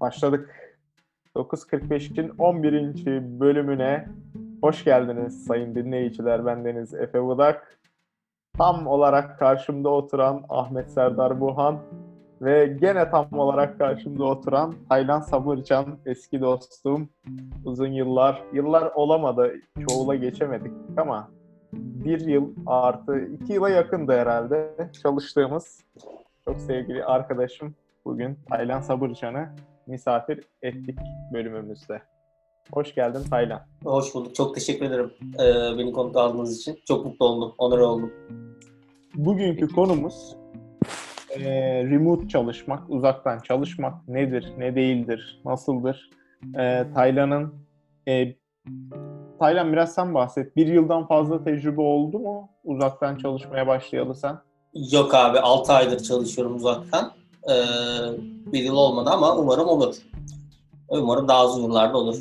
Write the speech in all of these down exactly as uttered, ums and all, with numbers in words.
Başladık. dokuz kırk beşin on birinci bölümüne hoş geldiniz sayın dinleyiciler. Bendeniz Efe Budak. Tam olarak karşımda oturan Ahmet Serdar Buhan ve gene tam olarak karşımda oturan Taylan Sabırcan, eski dostum. Uzun yıllar, yıllar olamadı, çoğula geçemedik ama bir yıl artı iki yıla yakındı herhalde çalıştığımız çok sevgili arkadaşım bugün Taylan Sabırcan'ı misafir ettik bölümümüzde. Hoş geldin Taylan. Hoş bulduk. Çok teşekkür ederim ee, beni konuk aldığınız için. Çok mutlu oldum. Onur oldum. Bugünkü konumuz e, remote çalışmak, uzaktan çalışmak nedir, ne değildir, nasıldır? E, Taylan'ın e, Taylan biraz sen bahset. Bir yıldan fazla tecrübe oldu mu uzaktan çalışmaya başlayalı sen? Yok abi. altı aydır çalışıyorum uzaktan. Ee, bir yıl olmadı ama umarım olur. Umarım daha uzun yıllarda olur.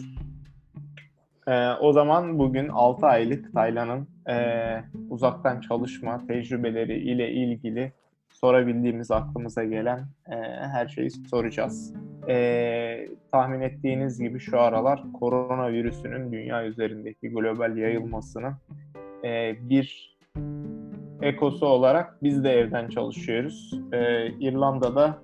Ee, o zaman bugün altı aylık Taylan'ın e, uzaktan çalışma tecrübeleri ile ilgili sorabildiğimiz, aklımıza gelen e, her şeyi soracağız. E, tahmin ettiğiniz gibi şu aralar koronavirüsünün dünya üzerindeki global yayılmasının e, bir ekosu olarak biz de evden çalışıyoruz. E, İrlanda'da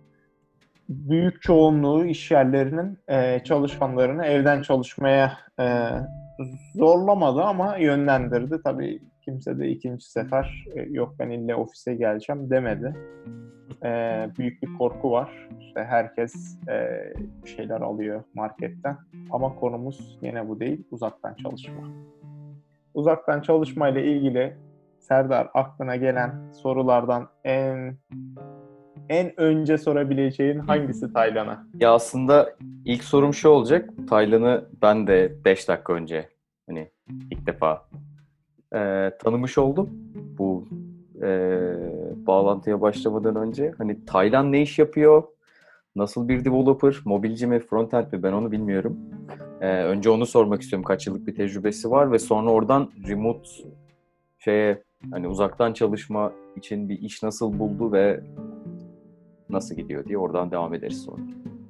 büyük çoğunluğu iş yerlerinin e, çalışanlarını evden çalışmaya e, zorlamadı ama yönlendirdi. Tabii kimse de ikinci sefer e, yok ben ille ofise geleceğim demedi. E, büyük bir korku var. İşte herkes e, bir şeyler alıyor marketten. Ama konumuz yine bu değil, uzaktan çalışma. Uzaktan çalışma ile ilgili Serdar aklına gelen sorulardan en En önce sorabileceğin hangisi Taylan'a? Ya aslında ilk sorum şu olacak. Taylan'ı ben de beş dakika önce hani ilk defa e, tanımış oldum. Bu e, bağlantıya başlamadan önce. Hani Taylan ne iş yapıyor? Nasıl bir developer? Mobilci mi, frontend mi? Ben onu bilmiyorum. E, önce onu sormak istiyorum. Kaç yıllık bir tecrübesi var ve sonra oradan remote şeye hani uzaktan çalışma için bir iş nasıl buldu ve nasıl gidiyor diye oradan devam ederiz sonra.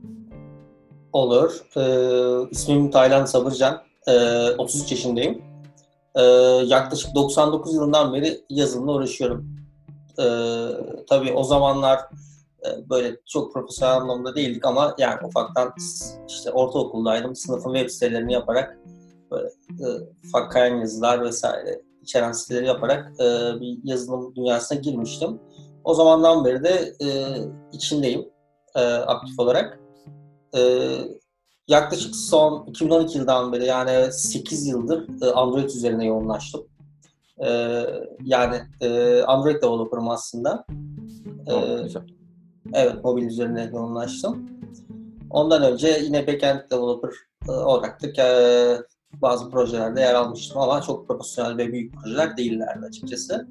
Olur. Ee, ismim Taylan Sabırcan. Ee, otuz üç yaşındayım. Ee, yaklaşık doksan dokuz yılından beri yazılımla uğraşıyorum. Ee, tabii o zamanlar e, böyle çok profesyonel anlamda değildik ama yani ufaktan işte ortaokuldaydım. Sınıfın web sitelerini yaparak böyle e, ufak kayan yazılar vesaire içeren siteleri yaparak e, bir yazılım dünyasına girmiştim. O zamandan beri de e, içindeyim e, aktif olarak. E, yaklaşık son iki bin on iki yıldan beri yani sekiz yıldır e, Android üzerine yoğunlaştım. E, yani e, Android developer'ım aslında. E, Oh, güzel. evet, mobil üzerine yoğunlaştım. Ondan önce yine backend developer e, olarak da e, bazı projelerde yer almıştım ama çok profesyonel ve büyük projeler değillerdi açıkçası.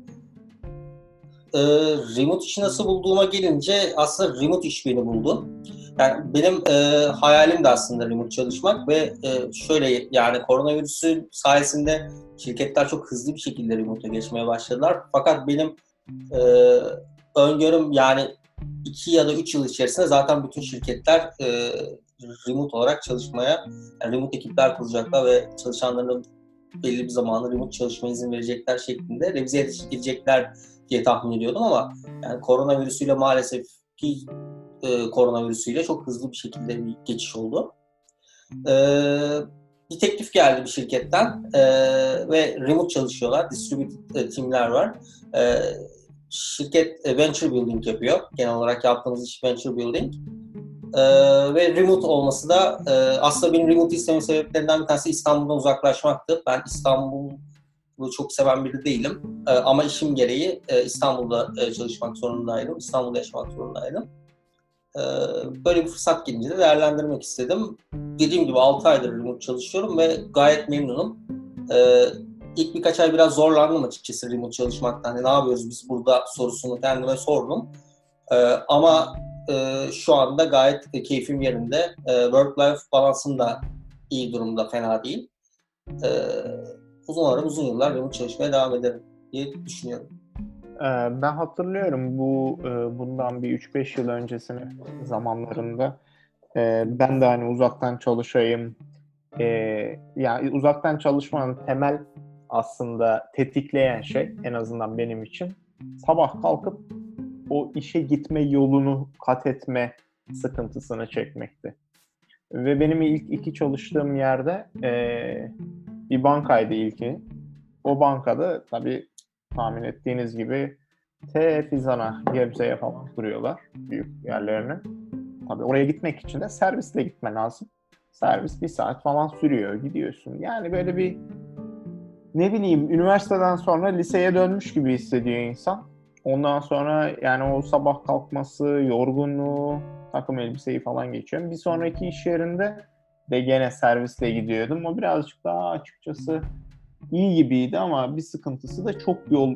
E, remote işi nasıl bulduğuma gelince aslında remote iş beni buldu. Yani benim e, hayalim de aslında remote çalışmak ve e, şöyle yani koronavirüsü sayesinde şirketler çok hızlı bir şekilde remote'a geçmeye başladılar. Fakat benim e, öngörüm yani iki ya da üç yıl içerisinde zaten bütün şirketler e, remote olarak çalışmaya, yani remote ekipler kuracaklar ve çalışanların belli bir zamanı remote çalışmaya izin verecekler şeklinde revize edilecekler diye tahmin ediyordum ama yani koronavirüsüyle maalesef ki e, koronavirüsüyle çok hızlı bir şekilde bir geçiş oldu. E, bir teklif geldi bir şirketten e, ve remote çalışıyorlar, distributed e, teamler var. E, şirket e, venture building yapıyor. Genel olarak yaptığımız iş venture building. E, ve remote olması da e, aslında benim remote istememin sebeplerinden bir tanesi İstanbul'dan uzaklaşmaktı. Ben İstanbul'u çok seven biri değilim. E, ama işim gereği e, İstanbul'da e, çalışmak zorundaydım. İstanbul'da yaşamak zorundaydım. E, böyle bir fırsat gelince de değerlendirmek istedim. Dediğim gibi altı aydır remote çalışıyorum ve gayet memnunum. E, ilk birkaç ay biraz zorlandım açıkçası remote çalışmaktan. Hani ne yapıyoruz biz burada sorusunu kendime sordum. E, ama e, şu anda gayet e, keyfim yerinde. E, work-life balansım da iyi durumda, fena değil. E, umarım uzun yıllar remote çalışmaya devam ederim diye düşünüyorum. Ben hatırlıyorum bu bundan bir üç beş yıl öncesini zamanlarında e, ben de hani uzaktan çalışayım. E, yani uzaktan çalışmanın temel aslında tetikleyen şey, en azından benim için, sabah kalkıp o işe gitme yolunu kat etme sıkıntısını çekmekti. Ve benim ilk iki çalıştığım yerde e, bir bankaydı ilki. O bankada tabii tahmin ettiğiniz gibi T-Fizan'a, Gebze'ye falan kuruyorlar büyük yerlerini. Tabii oraya gitmek için de servisle gitmen lazım. Servis bir saat falan sürüyor, gidiyorsun. Yani böyle bir, ne bileyim, üniversiteden sonra liseye dönmüş gibi hissediyor insan. Ondan sonra yani o sabah kalkması, yorgunluğu, takım elbiseyi falan geçiyorum. Bir sonraki iş yerinde de gene servisle gidiyordum. O birazcık daha açıkçası iyi gibiydi ama bir sıkıntısı da çok yol,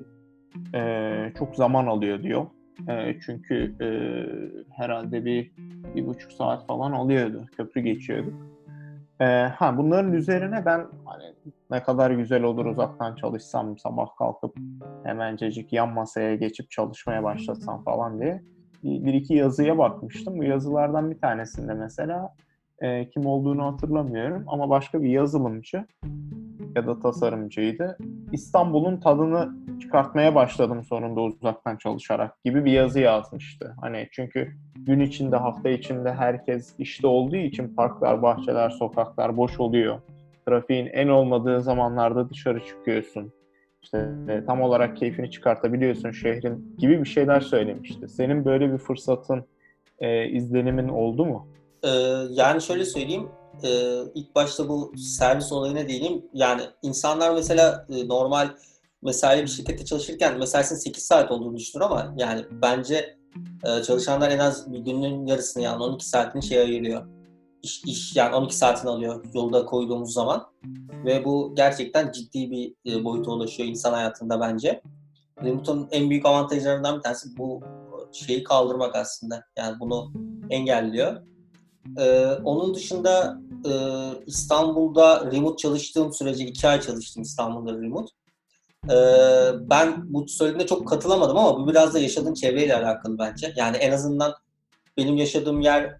e, çok zaman alıyor diyor. E, çünkü e, herhalde bir, bir buçuk saat falan alıyordu. Köprü geçiyorduk. Ee, ha bunların üzerine ben hani ne kadar güzel olur uzaktan çalışsam, sabah kalkıp hemencecik yan masaya geçip çalışmaya başlasam falan diye bir, bir iki yazıya bakmıştım. Bu yazılardan bir tanesinde mesela e, kim olduğunu hatırlamıyorum ama başka bir yazılımcı ya da tasarımcıydı. İstanbul'un tadını çıkartmaya başladım sonunda uzaktan çalışarak gibi bir yazı yazmıştı. Hani çünkü gün içinde, hafta içinde herkes işte olduğu için parklar, bahçeler, sokaklar boş oluyor. Trafiğin en olmadığı zamanlarda dışarı çıkıyorsun. İşte e, tam olarak keyfini çıkartabiliyorsun şehrin gibi bir şeyler söylemişti. Senin böyle bir fırsatın, e, izlenimin oldu mu? Ee, yani şöyle söyleyeyim, e, ilk başta bu servis olayına değineyim. Yani insanlar mesela e, normal mesai bir şirkette çalışırken mesaisinin sekiz saat olduğunu düşünür ama yani bence e, çalışanlar en az bir günün yarısını, yani on iki saatini şey ayırıyor. İş, iş yani on iki saatini alıyor yolda koyduğumuz zaman ve bu gerçekten ciddi bir e, boyuta ulaşıyor insan hayatında bence. Remote'un en büyük avantajlarından bir tanesi bu şeyi kaldırmak aslında. Yani bunu engelliyor. Ee, onun dışında e, İstanbul'da remote çalıştığım sürece iki ay çalıştım İstanbul'da remote. Ee, ben bu söylediğine çok katılamadım ama bu biraz da yaşadığın çevreyle alakalı bence. Yani en azından benim yaşadığım yer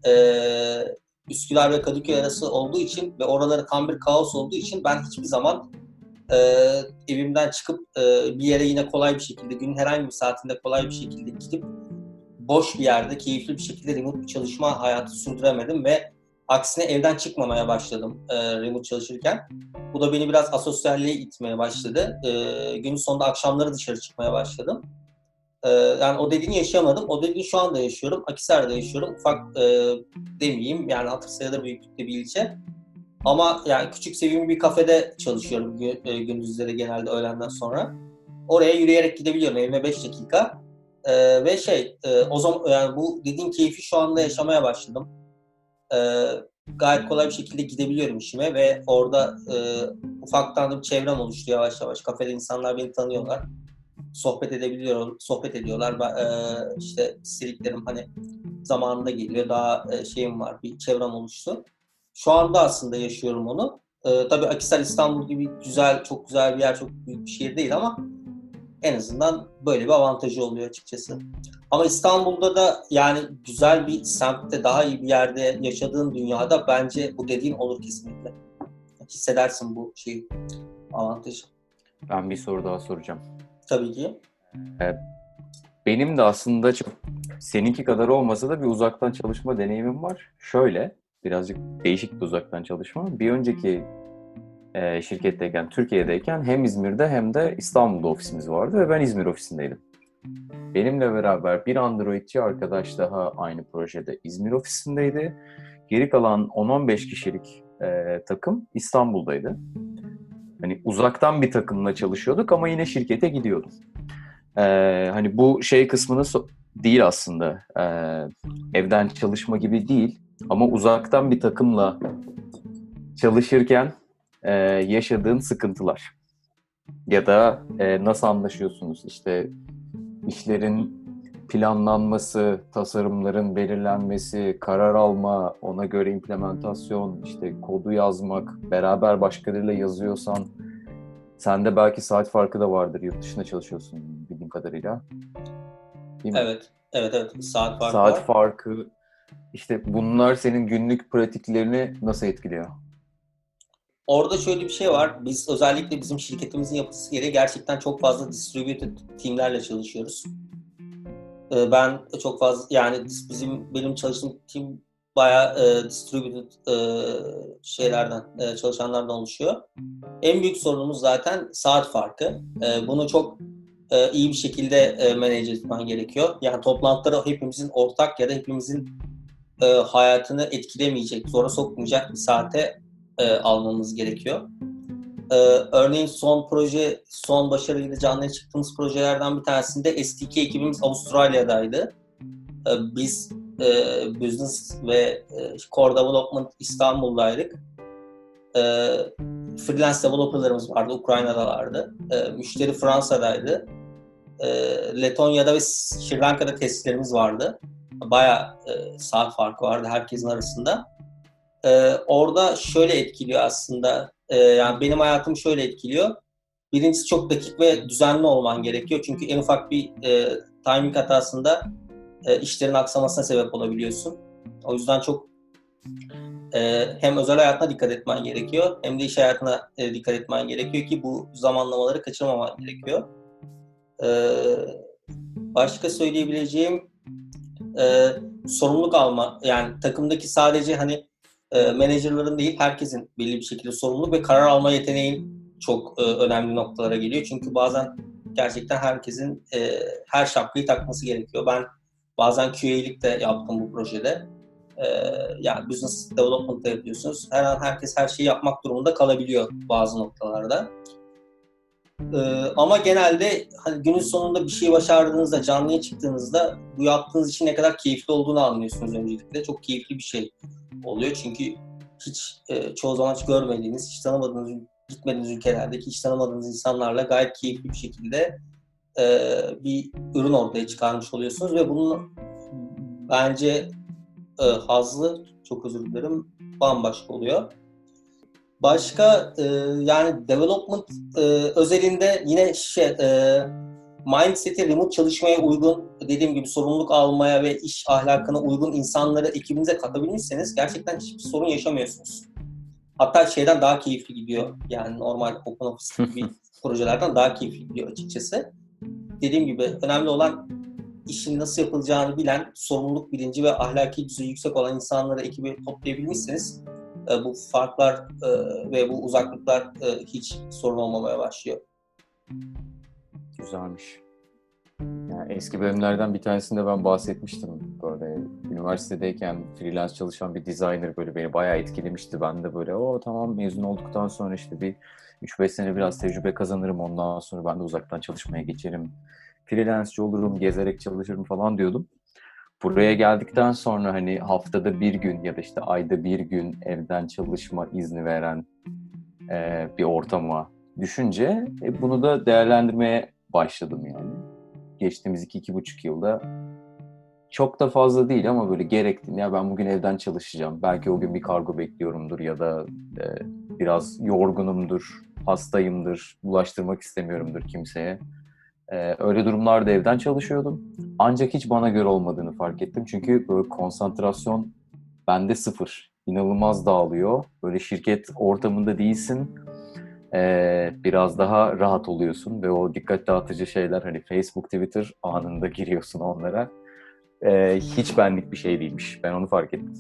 e, Üsküdar ve Kadıköy arası olduğu için ve oraları tam bir kaos olduğu için ben hiçbir zaman e, evimden çıkıp e, bir yere yine kolay bir şekilde, günün herhangi bir saatinde kolay bir şekilde gidip boş bir yerde keyifli bir şekilde remote bir çalışma hayatı sürdüremedim ve aksine evden çıkmamaya başladım e, remote çalışırken. Bu da beni biraz asosyalliğe itmeye başladı. E, günün sonunda akşamları dışarı çıkmaya başladım. E, yani o dediğini yaşayamadım. O dediğini şu anda yaşıyorum. Akhisar'da yaşıyorum. Ufak e, demeyeyim, yani hatır sayılır büyüklükte bir ilçe. Ama yani küçük sevimli bir kafede çalışıyorum gündüzleri, genelde öğlenden sonra. Oraya yürüyerek gidebiliyorum. Evime beş dakika. Ee, ve şey, e, o zaman yani bu dediğin keyfi şu anda yaşamaya başladım. Ee, gayet kolay bir şekilde gidebiliyorum işime ve orada e, ufaktan da bir çevrem oluştu yavaş yavaş. Kafede insanlar beni tanıyorlar. Sohbet edebiliyor, sohbet ediyorlar. Ben, e, işte istediklerim hani zamanında geliyor. Daha e, şeyim var, bir çevrem oluştu. Şu anda aslında yaşıyorum onu. Ee, tabii Akhisar İstanbul gibi güzel, çok güzel bir yer, çok büyük bir şehir değil ama en azından böyle bir avantajı oluyor açıkçası. Ama İstanbul'da da yani güzel bir semtte, daha iyi bir yerde yaşadığın dünyada bence bu dediğin olur kesinlikle. Hissedersin bu şeyi, avantajı. Ben bir soru daha soracağım. Tabii ki. Ee, benim de aslında çok seninki kadar olmasa da bir uzaktan çalışma deneyimim var. Şöyle, birazcık değişik bir uzaktan çalışma. Bir önceki e, şirketteyken, Türkiye'deyken hem İzmir'de hem de İstanbul'da ofisimiz vardı ve ben İzmir ofisindeydim. Benimle beraber bir Androidçi arkadaş daha aynı projede İzmir ofisindeydi. Geri kalan on on beş kişilik e, takım İstanbul'daydı. Hani uzaktan bir takımla çalışıyorduk ama yine şirkete gidiyordum. E, hani bu şey kısmını so- değil aslında. E, evden çalışma gibi değil. Ama uzaktan bir takımla çalışırken e, yaşadığın sıkıntılar. Ya da e, nasıl anlaşıyorsunuz? İşte işlerin planlanması, tasarımların belirlenmesi, karar alma, ona göre implementasyon, işte kodu yazmak, beraber başkalarıyla yazıyorsan, sende belki saat farkı da vardır, yurt dışında çalışıyorsun bildiğim kadarıyla. Değil mi? Evet, evet, evet. Saat farkı Saat var. farkı İşte bunlar senin günlük pratiklerini nasıl etkiliyor? Orada şöyle bir şey var. Biz özellikle bizim şirketimizin yapısı gereği gerçekten çok fazla distributed teamlerle çalışıyoruz. Ee, Ben çok fazla yani bizim benim çalıştığım team bayağı e, distributed e, şeylerden e, çalışanlardan oluşuyor. En büyük sorunumuz zaten saat farkı. E, bunu çok e, iyi bir şekilde e, manage etmen gerekiyor. Yani toplantıları hepimizin ortak ya da hepimizin e, hayatını etkilemeyecek, zora sokmayacak bir saate e, almamız gerekiyor. Ee, örneğin son proje, son başarıyla canlıya çıktığımız projelerden bir tanesinde S D K ekibimiz Avustralya'daydı. Ee, biz e, Business ve e, Core Development İstanbul'daydık. Ee, freelance developerlarımız vardı, Ukrayna'dalardı. Ee, müşteri Fransa'daydı. Ee, Letonya'da ve Sri Lanka'da testlerimiz vardı. Bayağı e, saat farkı vardı herkesin arasında. Ee, orada şöyle etkiliyor aslında. Ee, yani benim hayatımı şöyle etkiliyor. Birincisi çok dakik ve düzenli olman gerekiyor. Çünkü en ufak bir e, timing hatasında e, işlerin aksamasına sebep olabiliyorsun. O yüzden çok e, hem özel hayatına dikkat etmen gerekiyor hem de iş hayatına e, dikkat etmen gerekiyor ki bu zamanlamaları kaçırmaman gerekiyor. E, Başka söyleyebileceğim e, sorumluluk alma. Yani takımdaki sadece hani e, menajerlerin değil herkesin belli bir şekilde sorumluluk ve karar alma yeteneğin çok e, önemli noktalara geliyor. Çünkü bazen gerçekten herkesin e, her şapkayı takması gerekiyor. Ben bazen Q A'lik de yaptım bu projede. E, Yani business development da yapıyorsunuz. Her an herkes her şeyi yapmak durumunda kalabiliyor bazı noktalarda. Ee, ama genelde hani günün sonunda bir şey başardığınızda, canlıya çıktığınızda bu yaptığınız için ne kadar keyifli olduğunu anlıyorsunuz öncelikle. Çok keyifli bir şey oluyor çünkü hiç e, çoğu zaman hiç görmediğiniz, hiç tanımadığınız, gitmediğiniz ülkelerdeki hiç tanımadığınız insanlarla gayet keyifli bir şekilde e, bir ürün ortaya çıkarmış oluyorsunuz ve bunun bence e, hazzı, çok özür dilerim, bambaşka oluyor. Başka e, yani development e, özelinde yine şey e, mindset'i remote çalışmaya uygun, dediğim gibi sorumluluk almaya ve iş ahlakına uygun insanları ekibinize katabilmişseniz gerçekten hiçbir sorun yaşamıyorsunuz. Hatta şeyden daha keyifli gidiyor. Yani normal open office gibi projelerden daha keyifli gidiyor açıkçası. Dediğim gibi önemli olan işin nasıl yapılacağını bilen, sorumluluk bilinci ve ahlaki düzeyi yüksek olan insanları ekibe toplayabilmişseniz bu farklar ve bu uzaklıklar hiç sorun olmamaya başlıyor. Güzelmiş. Yani eski bölümlerden bir tanesinde ben bahsetmiştim. Böyle üniversitedeyken freelance çalışan bir designer böyle beni bayağı etkilemişti. Ben de böyle o tamam mezun olduktan sonra işte bir üç beş sene biraz tecrübe kazanırım. Ondan sonra ben de uzaktan çalışmaya geçerim. Freelance'ci olurum, gezerek çalışırım falan diyordum. Buraya geldikten sonra hani haftada bir gün ya da işte ayda bir gün evden çalışma izni veren e, bir ortama düşünce e, bunu da değerlendirmeye başladım yani. Geçtiğimiz iki, iki buçuk yılda çok da fazla değil ama böyle gerektiğinde ya ben bugün evden çalışacağım. Belki o gün bir kargo bekliyorumdur ya da e, biraz yorgunumdur, hastayımdır, bulaştırmak istemiyorumdur kimseye. Ee, öyle durumlarda evden çalışıyordum. Ancak hiç bana göre olmadığını fark ettim. Çünkü böyle konsantrasyon bende sıfır. İnanılmaz dağılıyor. Böyle şirket ortamında değilsin. Ee, biraz daha rahat oluyorsun ve o dikkat dağıtıcı şeyler hani Facebook, Twitter anında giriyorsun onlara. Ee, hiç benlik bir şey değilmiş. Ben onu fark ettim.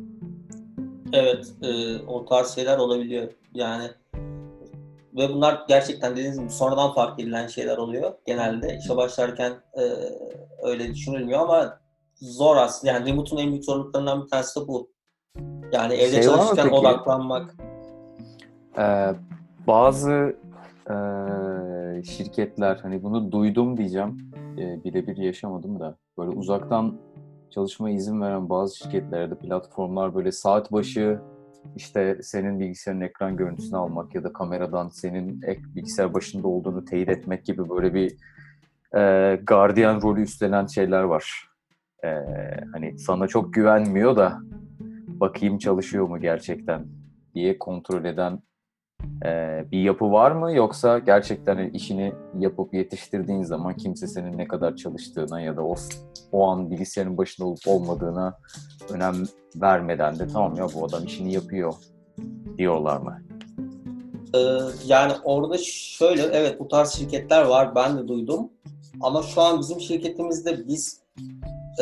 Evet, e, o tarz şeyler olabiliyor. Yani ve bunlar gerçekten dediğiniz gibi sonradan fark edilen şeyler oluyor. Genelde işe başlarken e, öyle düşünülmüyor ama zor aslında. Yani remote'un en büyük zorluklarından bir tanesi de bu. Yani evde Şey var mı çalışırken peki? odaklanmak. Ee, bazı e, şirketler hani bunu duydum diyeceğim. E, birebir yaşamadım da böyle uzaktan çalışmaya izin veren bazı şirketlerde platformlar böyle saat başı işte senin bilgisayarın ekran görüntüsünü almak ya da kameradan senin ek bilgisayar başında olduğunu teyit etmek gibi böyle bir e, gardiyan rolü üstlenen şeyler var. E, hani sana çok güvenmiyor da bakayım çalışıyor mu gerçekten diye kontrol eden Ee, bir yapı var mı, yoksa gerçekten işini yapıp yetiştirdiğin zaman kimse senin ne kadar çalıştığına ya da o, o an bilgisayarın başında olup olmadığına önem vermeden de tamam ya bu adam işini yapıyor diyorlar mı? Ee, yani orada şöyle, evet bu tarz şirketler var, ben de duydum. Ama şu an bizim şirketimizde biz e,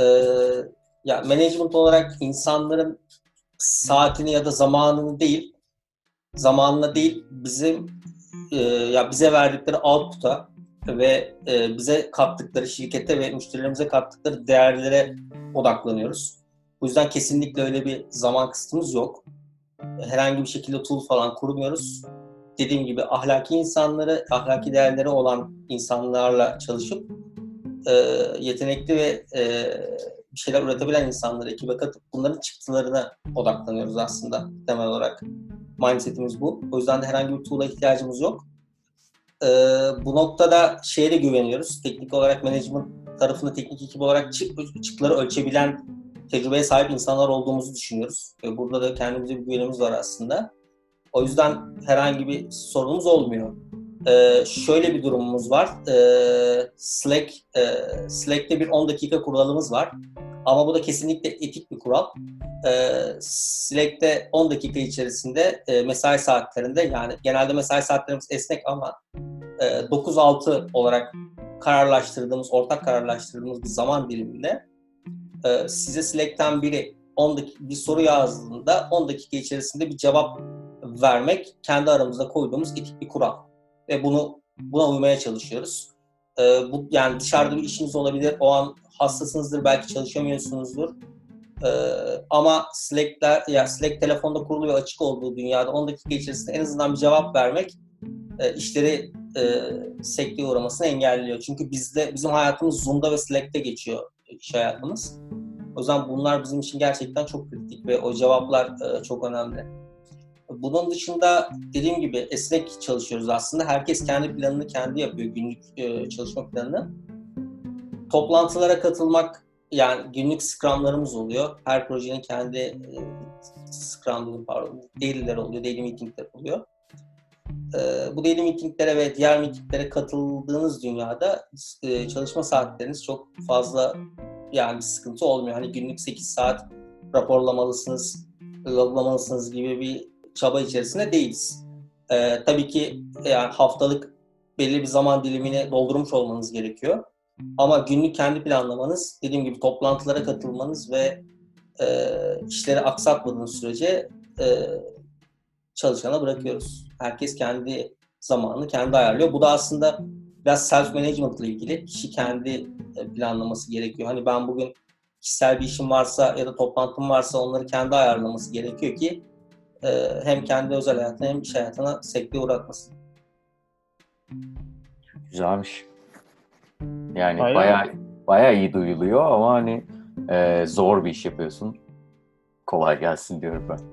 ya management olarak insanların saatini ya da zamanını değil, zamanına değil bizim e, ya bize verdikleri output'a ve e, bize kattıkları şirkete ve müşterilerimize kattıkları değerlere odaklanıyoruz. Bu yüzden kesinlikle öyle bir zaman kısıtımız yok. Herhangi bir şekilde tool falan kurmuyoruz. Dediğim gibi ahlaki insanları, ahlaki değerleri olan insanlarla çalışıp e, yetenekli ve e, bir şeyler üretebilen insanları ekibe katıp bunların çıktılarına odaklanıyoruz aslında temel olarak. Mindsetimiz bu. O yüzden de herhangi bir tool'a ihtiyacımız yok. E, bu noktada şeye de güveniyoruz. Teknik olarak management tarafında teknik ekip olarak çık, çıktıları ölçebilen tecrübeye sahip insanlar olduğumuzu düşünüyoruz. E, burada da kendimize bir güvenimiz var aslında. O yüzden herhangi bir sorunumuz olmuyor. Ee, şöyle bir durumumuz var. Ee, Slack, e, Slack'te bir on dakika kuralımız var. Ama bu da kesinlikle etik bir kural. Ee, Slack'te on dakika içerisinde e, mesai saatlerinde, yani genelde mesai saatlerimiz esnek ama e, dokuz altı olarak kararlaştırdığımız, ortak kararlaştırdığımız bir zaman diliminde e, size Slack'ten biri on dakika bir soru yazdığında on dakika içerisinde bir cevap vermek kendi aramızda koyduğumuz etik bir kural. Ve bunu buna uymaya çalışıyoruz. Ee, bu yani dışarıda bir işiniz olabilir, o an hastasınızdır, belki çalışamıyorsunuzdur. Ee, ama Slack'ler ya Slack telefonda kurulu ve açık olduğu dünyada on dakika içerisinde en azından bir cevap vermek e, işleri e, sekteye uğramasını engelliyor. Çünkü bizde bizim hayatımız Zoom'da ve Slack'te geçiyor, iş hayatımız. O yüzden bunlar bizim için gerçekten çok kritik ve o cevaplar e, çok önemli. Bunun dışında dediğim gibi esnek çalışıyoruz aslında. Herkes kendi planını kendi yapıyor, günlük e, çalışma planını. Toplantılara katılmak, yani günlük scrumlarımız oluyor. Her projenin kendi e, scrumları, pardon, daily'ler oluyor, daily meetingler oluyor. E, bu daily meetinglere ve diğer meetinglere katıldığınız dünyada e, çalışma saatleriniz çok fazla, yani bir sıkıntı olmuyor. Hani günlük sekiz saat raporlamalısınız, loglamalısınız gibi bir çaba içerisinde değiliz. Ee, tabii ki yani haftalık belli bir zaman dilimini doldurmuş olmanız gerekiyor. Ama günlük kendi planlamanız, dediğim gibi toplantılara katılmanız ve e, işleri aksatmadığınız sürece e, çalışana bırakıyoruz. Herkes kendi zamanını kendi ayarlıyor. Bu da aslında biraz self-management ile ilgili. Kişi kendi planlaması gerekiyor. Hani ben bugün kişisel bir işim varsa ya da toplantım varsa onları kendi ayarlaması gerekiyor ki hem kendi özel hayatına hem iş hayatına sekteye uğratmasın. Güzelmiş. Yani Aynen. bayağı bayağı iyi duyuluyor ama hani e, zor bir iş yapıyorsun. Kolay gelsin diyorum ben.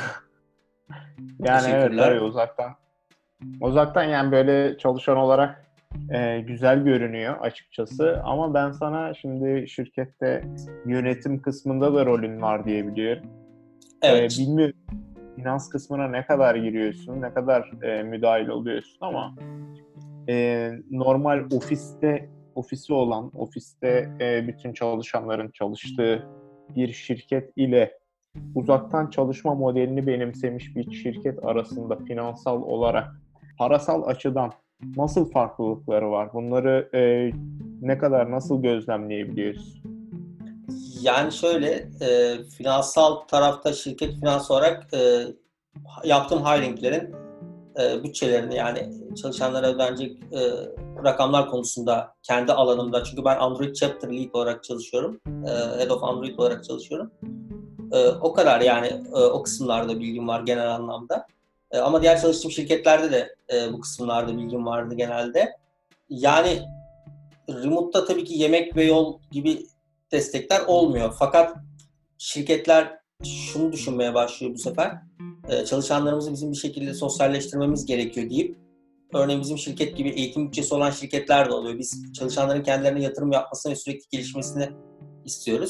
Yani evet, Teşekkürler. tabii uzaktan. Uzaktan yani böyle çalışan olarak e, güzel görünüyor açıkçası. Ama ben sana şimdi şirkette yönetim kısmında da rolün var diye biliyorum. Evet. E, bilmiyorum finans kısmına ne kadar giriyorsun, ne kadar e, müdahil oluyorsun ama e, normal ofiste ofisi olan, ofiste e, bütün çalışanların çalıştığı bir şirket ile uzaktan çalışma modelini benimsemiş bir şirket arasında finansal olarak, parasal açıdan nasıl farklılıkları var? Bunları e, ne kadar, nasıl gözlemleyebiliyoruz? Yani şöyle, e, finansal tarafta şirket finans olarak e, yaptığım hiringlerin e, bütçelerini, yani çalışanlara ödenecek e, rakamlar konusunda kendi alanımda, çünkü ben Android Chapter Lead olarak çalışıyorum, e, Head of Android olarak çalışıyorum. E, o kadar yani e, o kısımlarda bilgim var genel anlamda. E, ama diğer çalıştığım şirketlerde de e, bu kısımlarda bilgim vardı genelde. Yani remote'da tabii ki yemek ve yol gibi destekler olmuyor. Fakat şirketler şunu düşünmeye başlıyor bu sefer. Ee, çalışanlarımızı bizim bir şekilde sosyalleştirmemiz gerekiyor deyip, örneğin bizim şirket gibi eğitim bütçesi olan şirketler de oluyor. Biz çalışanların kendilerine yatırım yapmasını ve sürekli gelişmesini istiyoruz.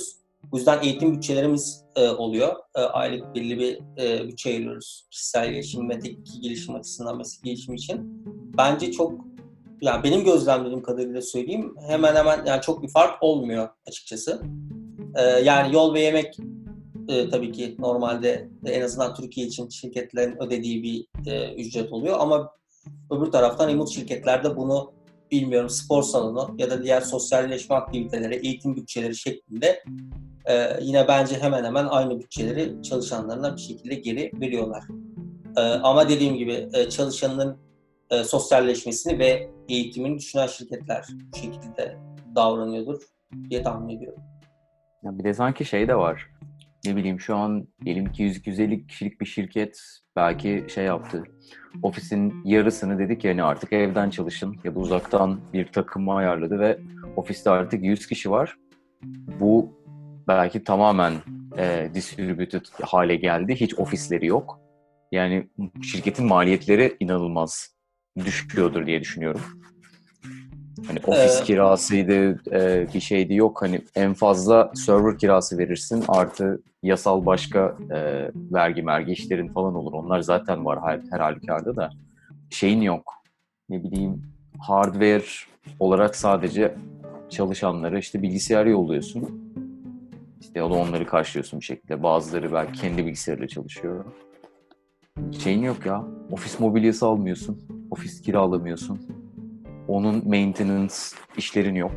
Bu yüzden eğitim bütçelerimiz e, oluyor. E, aylık belli bir e, bütçe ayırıyoruz. Kişisel gelişim, mesleki gelişim açısından, mesleki gelişim için. Bence çok, yani benim gözlemlediğim kadarıyla söyleyeyim, hemen hemen yani çok bir fark olmuyor açıkçası. E, yani yol ve yemek e, tabii ki normalde e, en azından Türkiye için şirketlerin ödediği bir e, ücret oluyor ama öbür taraftan remote şirketlerde bunu bilmiyorum spor salonu ya da diğer sosyalleşme aktiviteleri, eğitim bütçeleri şeklinde e, yine bence hemen hemen aynı bütçeleri çalışanlarına bir şekilde geri veriyorlar. E, ama dediğim gibi e, çalışanın e, sosyalleşmesini ve eğitimini düşünen şirketler bu şekilde davranıyordur diye tahmin ediyorum. Ya bir de sanki şey de var. Ne bileyim şu an diyelim ki yüz yüz elli kişilik bir şirket belki şey yaptı. Ofisin yarısını dedi ki hani artık evden çalışın ya da uzaktan bir takımı ayarladı ve ofiste artık yüz kişi var. Bu belki tamamen e, distributed hale geldi. Hiç ofisleri yok. Yani şirketin maliyetleri inanılmaz düşüyordur diye düşünüyorum. Hani ofis Ee, kirasıydı, e, bir şeydi yok. Hani en fazla server kirası verirsin artı yasal başka e, vergi mergi işlerin falan olur. Onlar zaten var her, her halükarda da. Şeyin yok. Ne bileyim hardware olarak sadece çalışanlara işte bilgisayar yolluyorsun. İşte o da onları karşılıyorsun bir şekilde. Bazıları belki kendi bilgisayarıyla çalışıyor. Şeyin yok ya. Ofis mobilyası almıyorsun. Ofis kiralamıyorsun. Onun maintenance işlerin yok.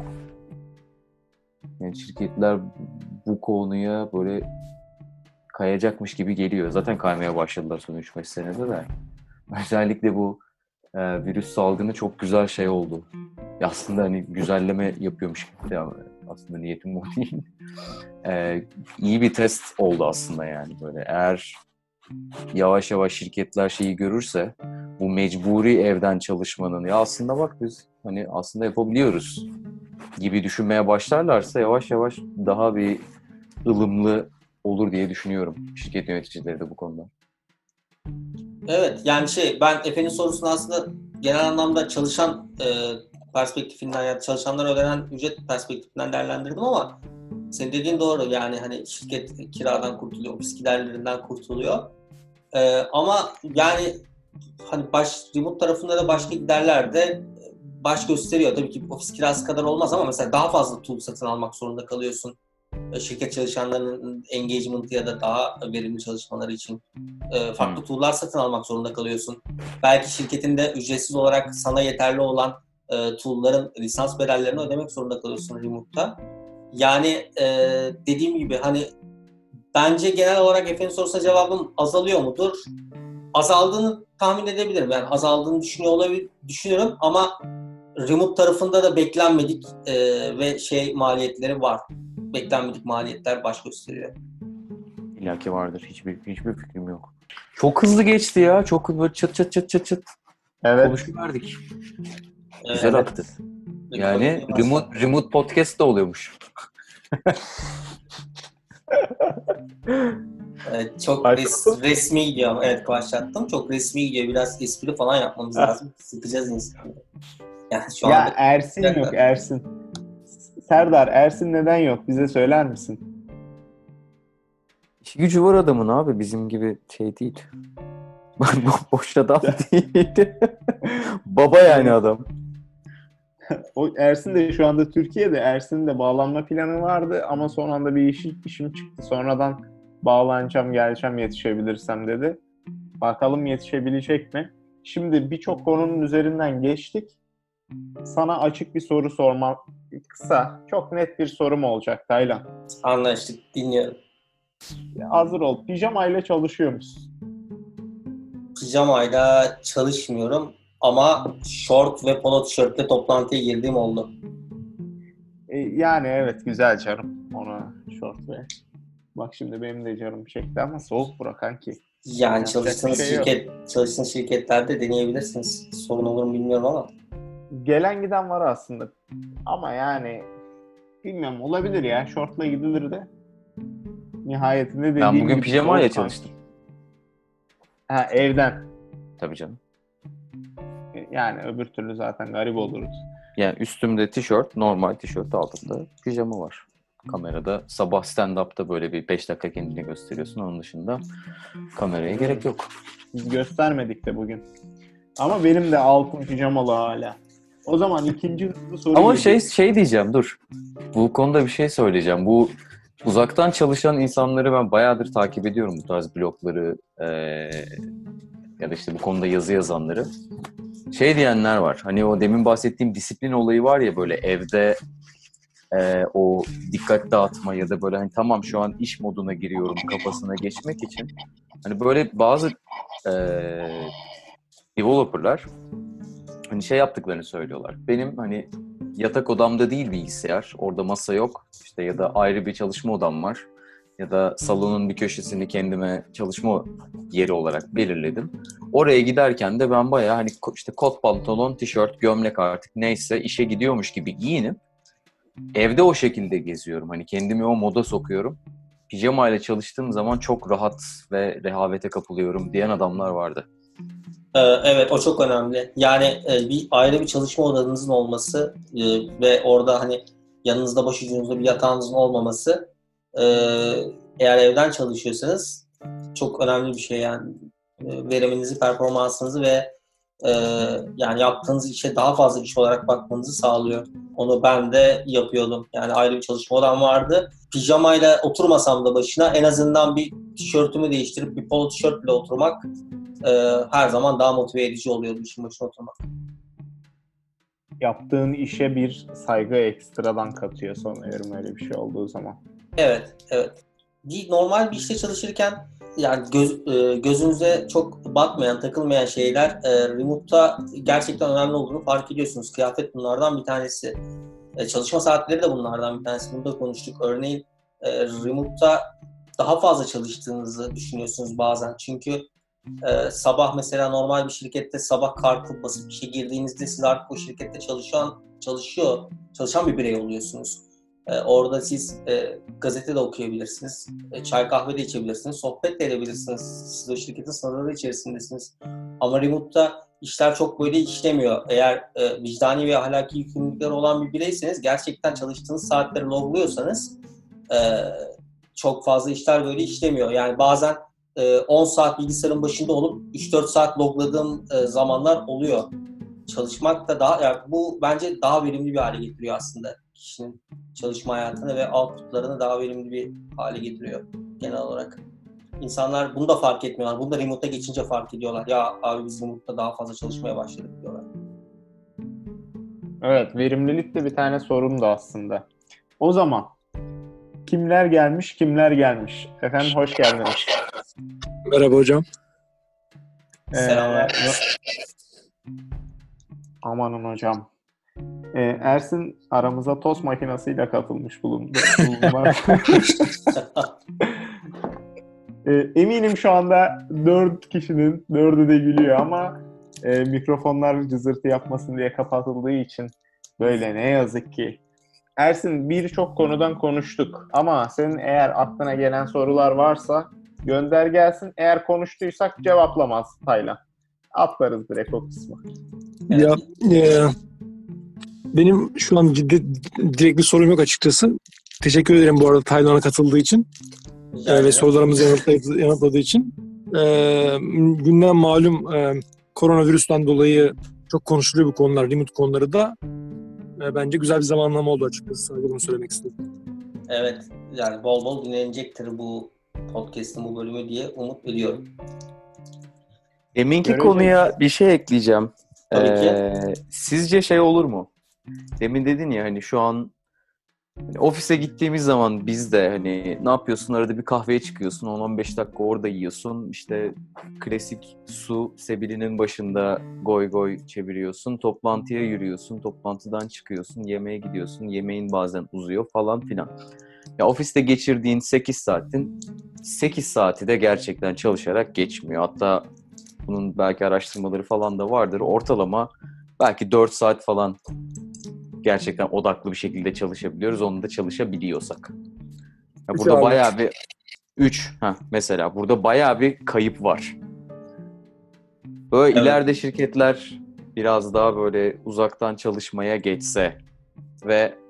Yani şirketler bu konuya böyle kayacakmış gibi geliyor. Zaten kaymaya başladılar son üç beş senede de. Özellikle bu e, virüs salgını çok güzel şey oldu. Ya aslında hani güzelleme yapıyormuş gibi de aslında niyetim o değil. E, iyi bir test oldu aslında yani böyle. Eğer yavaş yavaş şirketler şeyi görürse bu mecburi evden çalışmanın ya aslında bak biz hani aslında yapabiliyoruz gibi düşünmeye başlarlarsa yavaş yavaş daha bir ılımlı olur diye düşünüyorum şirket yöneticileri de bu konuda. Evet, yani şey, ben Efe'nin sorusunu aslında genel anlamda çalışan e, perspektifinden ya çalışanlara ödenen ücret perspektifinden değerlendirdim ama senin dediğin doğru, yani hani şirket kiradan kurtuluyor, ofis giderlerinden kurtuluyor. E, ama yani hani baş remote tarafında da başka giderler de baş gösteriyor. Tabii ki ofis kirası kadar olmaz ama mesela daha fazla tool satın almak zorunda kalıyorsun. Şirket çalışanlarının engagement'ı ya da daha verimli çalışmaları için farklı hmm. tool'lar satın almak zorunda kalıyorsun. Belki şirketinde ücretsiz olarak sana yeterli olan tool'ların lisans bedellerini ödemek zorunda kalıyorsun remote'da. Yani dediğim gibi hani bence genel olarak Efe'nin sorusuna cevabım azalıyor mudur? Azaldığını tahmin edebilirim. Yani azaldığını düşünüyor olabilir, düşünüyorum ama remote tarafında da beklenmedik e, ve şey maliyetleri var. Beklenmedik maliyetler baş gösteriyor. İlla ki vardır. Hiçbir hiçbir fikrim yok. Çok hızlı geçti ya. Çok hızlı çıt çıt çıt çıt çıt. Evet. Konuşuverdik. Evet. Güzel aktı. Yani remote, remote podcast da oluyormuş. Evet, çok res, resmi gidiyor. Evet, başlattım. Çok resmi gidiyor. Biraz espri falan yapmamız lazım. Sıkacağız insanları. Yani şu ya anda... Ersin yok Ersin. Serdar Ersin neden yok? Bize söyler misin? İşi gücü var adamın abi. Bizim gibi şey değil. Boş adam değil. Baba yani adam. O Ersin de şu anda Türkiye'de. Ersin'in de bağlanma planı vardı ama son anda bir iş, işim çıktı. Sonradan bağlanacağım, geleceğim yetişebilirsem dedi. Bakalım yetişebilecek mi? Şimdi birçok konunun üzerinden geçtik. Sana açık bir soru sormam. Kısa, çok net bir sorum olacak Taylan. Anlaştık, dinliyorum. Hazır ol. Pijamayla çalışıyor musun? Pijamayla çalışmıyorum ama short ve polo tişörtle toplantıya girdiğim oldu. E, yani evet güzel canım. Ona short ve... Bak şimdi benim de canım çekti ama soğuk bura kanki. Yani Yapacak çalıştığınız şey şirket, çalıştığınız şirketlerde deneyebilirsiniz. Sorun olur mu bilmiyorum ama. Gelen giden var aslında. Ama yani bilmiyorum olabilir ya. Şortla gidilir de. Nihayetinde dediğim Ben bugün gibi pijamayla soğuk çalıştım. Ha evden. Tabii canım. Yani öbür türlü zaten garip oluruz. Yani üstümde tişört, normal tişört, altında pijama var. kamerada. Sabah stand-up'ta böyle bir beş dakika kendini gösteriyorsun. Onun dışında kameraya gerek yok. Biz göstermedik de bugün. Ama benim de altın pijamalı hala. O zaman ikinci hızlı soru Ama geliyor. şey şey diyeceğim, dur. Bu konuda bir şey söyleyeceğim. Bu uzaktan çalışan insanları ben bayağıdır takip ediyorum, bu tarz blogları eee, ya da işte bu konuda yazı yazanları. Şey diyenler var. Hani o demin bahsettiğim disiplin olayı var ya, böyle evde eee, o dikkat dağıtma ya da böyle hani tamam şu an iş moduna giriyorum kafasına geçmek için. Hani böyle bazı eee developerlar hani şey yaptıklarını söylüyorlar. Benim hani yatak odamda değil bilgisayar, orada masa yok işte, ya da ayrı bir çalışma odam var ya da salonun bir köşesini kendime çalışma yeri olarak belirledim. Oraya giderken de ben bayağı hani işte kot pantolon, tişört, gömlek artık neyse işe gidiyormuş gibi giyinip evde o şekilde geziyorum. Hani kendimi o moda sokuyorum. Pijama ile çalıştığım zaman çok rahat ve rehavete kapılıyorum diyen adamlar vardı. Ee, Evet, o çok önemli. Yani e, bir ayrı bir çalışma odanızın olması e, ve orada hani yanınızda başucunuzda bir yatağınızın olmaması, e, eğer evden çalışıyorsanız çok önemli bir şey yani. E, veriminizi, performansınızı ve e, yani yaptığınız işe daha fazla iş olarak bakmanızı sağlıyor. Onu ben de yapıyordum. Yani ayrı bir çalışma odam vardı. Pijamayla oturmasam da başına en azından bir tişörtümü değiştirip bir polo tişörtle oturmak e, her zaman daha motive edici oluyordu işin başına oturmak. Yaptığın işe bir saygı ekstradan katıyor sanıyorum öyle bir şey olduğu zaman. Evet, evet. Bir normal bir işte çalışırken yani göz, e, gözünüze çok batmayan, takılmayan şeyler e, remote'da gerçekten önemli olduğunu fark ediyorsunuz. Kıyafet bunlardan bir tanesi. E, çalışma saatleri de bunlardan bir tanesi. Bunu da konuştuk. Örneğin e, remote'da daha fazla çalıştığınızı düşünüyorsunuz bazen. Çünkü e, sabah mesela normal bir şirkette sabah kartı basıp işe girdiğinizde siz artık o şirkette çalışan, çalışıyor, çalışan bir birey oluyorsunuz. E, orada siz e, gazete de okuyabilirsiniz, e, çay kahve de içebilirsiniz, sohbet de edebilirsiniz. Siz o şirketin sınırları içerisindesiniz. Ama remote'da işler çok böyle işlemiyor. Eğer e, vicdani ve ahlaki yükümlülükleri olan bir bireyseniz, gerçekten çalıştığınız saatleri logluyorsanız e, çok fazla işler böyle işlemiyor. Yani bazen e, on saat bilgisayarın başında olup üç dört saat logladığım e, zamanlar oluyor. Çalışmak da daha, yani bu bence daha verimli bir hale getiriyor aslında kişinin çalışma hayatını ve outputlarını daha verimli bir hale getiriyor genel olarak. İnsanlar bunu da fark etmiyorlar. Bunu da remote'a geçince fark ediyorlar. Ya abi biz remote'da daha fazla çalışmaya başladık diyorlar. Evet, verimlilik de bir tane sorun da aslında. O zaman kimler gelmiş, kimler gelmiş? Efendim hoş geldiniz. Merhaba hocam. Ee, Selamlar. amanın hocam. Ee, Ersin aramıza tost makinesiyle katılmış bulundu. Ee, eminim şu anda dört kişinin dördü de gülüyor ama e, mikrofonlar cızırtı yapmasın diye kapatıldığı için böyle ne yazık ki. Ersin birçok konudan konuştuk ama senin eğer aklına gelen sorular varsa gönder gelsin. Eğer konuştuysak cevaplamaz Taylan. Atlarız direkt o kısmı. Evet. Ya e, benim şu an ciddi direkt bir sorum yok açıkçası. Teşekkür ederim bu arada Taylan'a katıldığı için Rica e, ve ederim. sorularımızı yanıtladığı, yanıtladığı için. E, gündem malum e, koronavirüsten dolayı çok konuşuluyor bu konular, remote konuları da. E, bence güzel bir zamanlama oldu açıkçası. Sadece bunu söylemek istedim. Evet, yani bol bol dinlenecektir bu podcast'ın bu bölümü diye umut ediyorum. Eminki Göreceğiz. konuya bir şey ekleyeceğim. Tabii ki. Ee, sizce şey olur mu? Demin dedin ya hani şu an hani ofise gittiğimiz zaman biz de hani ne yapıyorsun, arada bir kahveye çıkıyorsun, on on beş dakika orada yiyorsun, işte klasik su sebilinin başında goy goy çeviriyorsun, toplantıya yürüyorsun, toplantıdan çıkıyorsun, yemeğe gidiyorsun, yemeğin bazen uzuyor falan filan. Ya ofiste geçirdiğin sekiz saatin sekiz saati de gerçekten çalışarak geçmiyor. Hatta bunun belki araştırmaları falan da vardır. Ortalama belki dört saat falan gerçekten odaklı bir şekilde çalışabiliyoruz. Onu da çalışabiliyorsak. Ya Üç burada abi. bayağı bir üç ha mesela burada bayağı bir kayıp var. Böyle Evet. ileride şirketler biraz daha böyle uzaktan çalışmaya geçse ve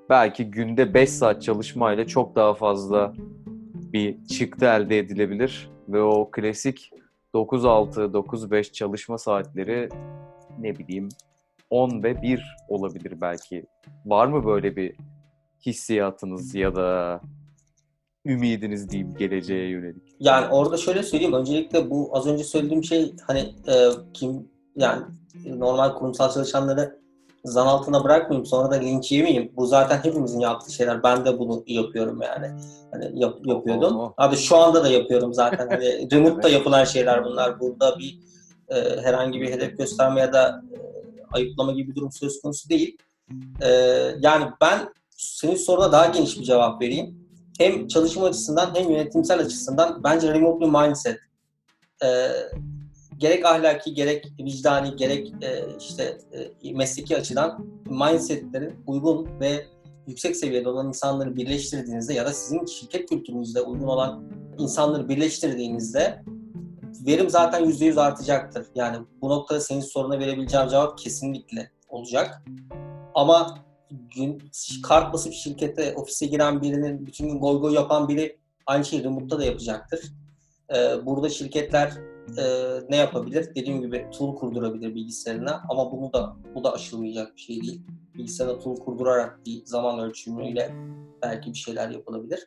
belki günde beş saat çalışmayla çok daha fazla bir çıktı elde edilebilir ve o klasik dokuz altı, dokuz beş çalışma saatleri ne bileyim on ve bir olabilir belki. Var mı böyle bir hissiyatınız ya da ümidiniz diyeyim geleceğe yönelik? Yani orada şöyle söyleyeyim. Öncelikle bu az önce söylediğim şey hani e, kim yani normal kurumsal çalışanları zan altına bırakmayayım, sonra da linç yemeyeyim. Bu zaten hepimizin yaptığı şeyler. Ben de bunu yapıyorum yani. Hani yap, yapıyordum. Oo. Abi şu anda da yapıyorum zaten. Hani remote'da yapılan şeyler bunlar. Burada bir e, herhangi bir hedef gösterme ya da e, ayıplama gibi bir durum söz konusu değil. E, yani ben senin soruna daha geniş bir cevap vereyim. Hem çalışma açısından hem yönetimsel açısından bence remote bir mindset. Ee, gerek ahlaki, gerek vicdani, gerek e, işte e, mesleki açıdan mindsetlerin uygun ve yüksek seviyede olan insanları birleştirdiğinizde ya da sizin şirket kültürünüzde uygun olan insanları birleştirdiğinizde verim zaten yüzde yüz artacaktır. Yani bu noktada senin soruna verebileceğim cevap kesinlikle olacak. Ama gün, kart basıp şirkete, ofise giren birinin, bütün gün goy goy yapan biri aynı şeyi remote'da da yapacaktır. Ee, burada şirketler e, ne yapabilir? Dediğim gibi tool kurdurabilir bilgisayarına ama bunu da bu da aşılmayacak bir şey değil. Bilgisayarına tool kurdurarak bir zaman ölçümüyle belki bir şeyler yapılabilir.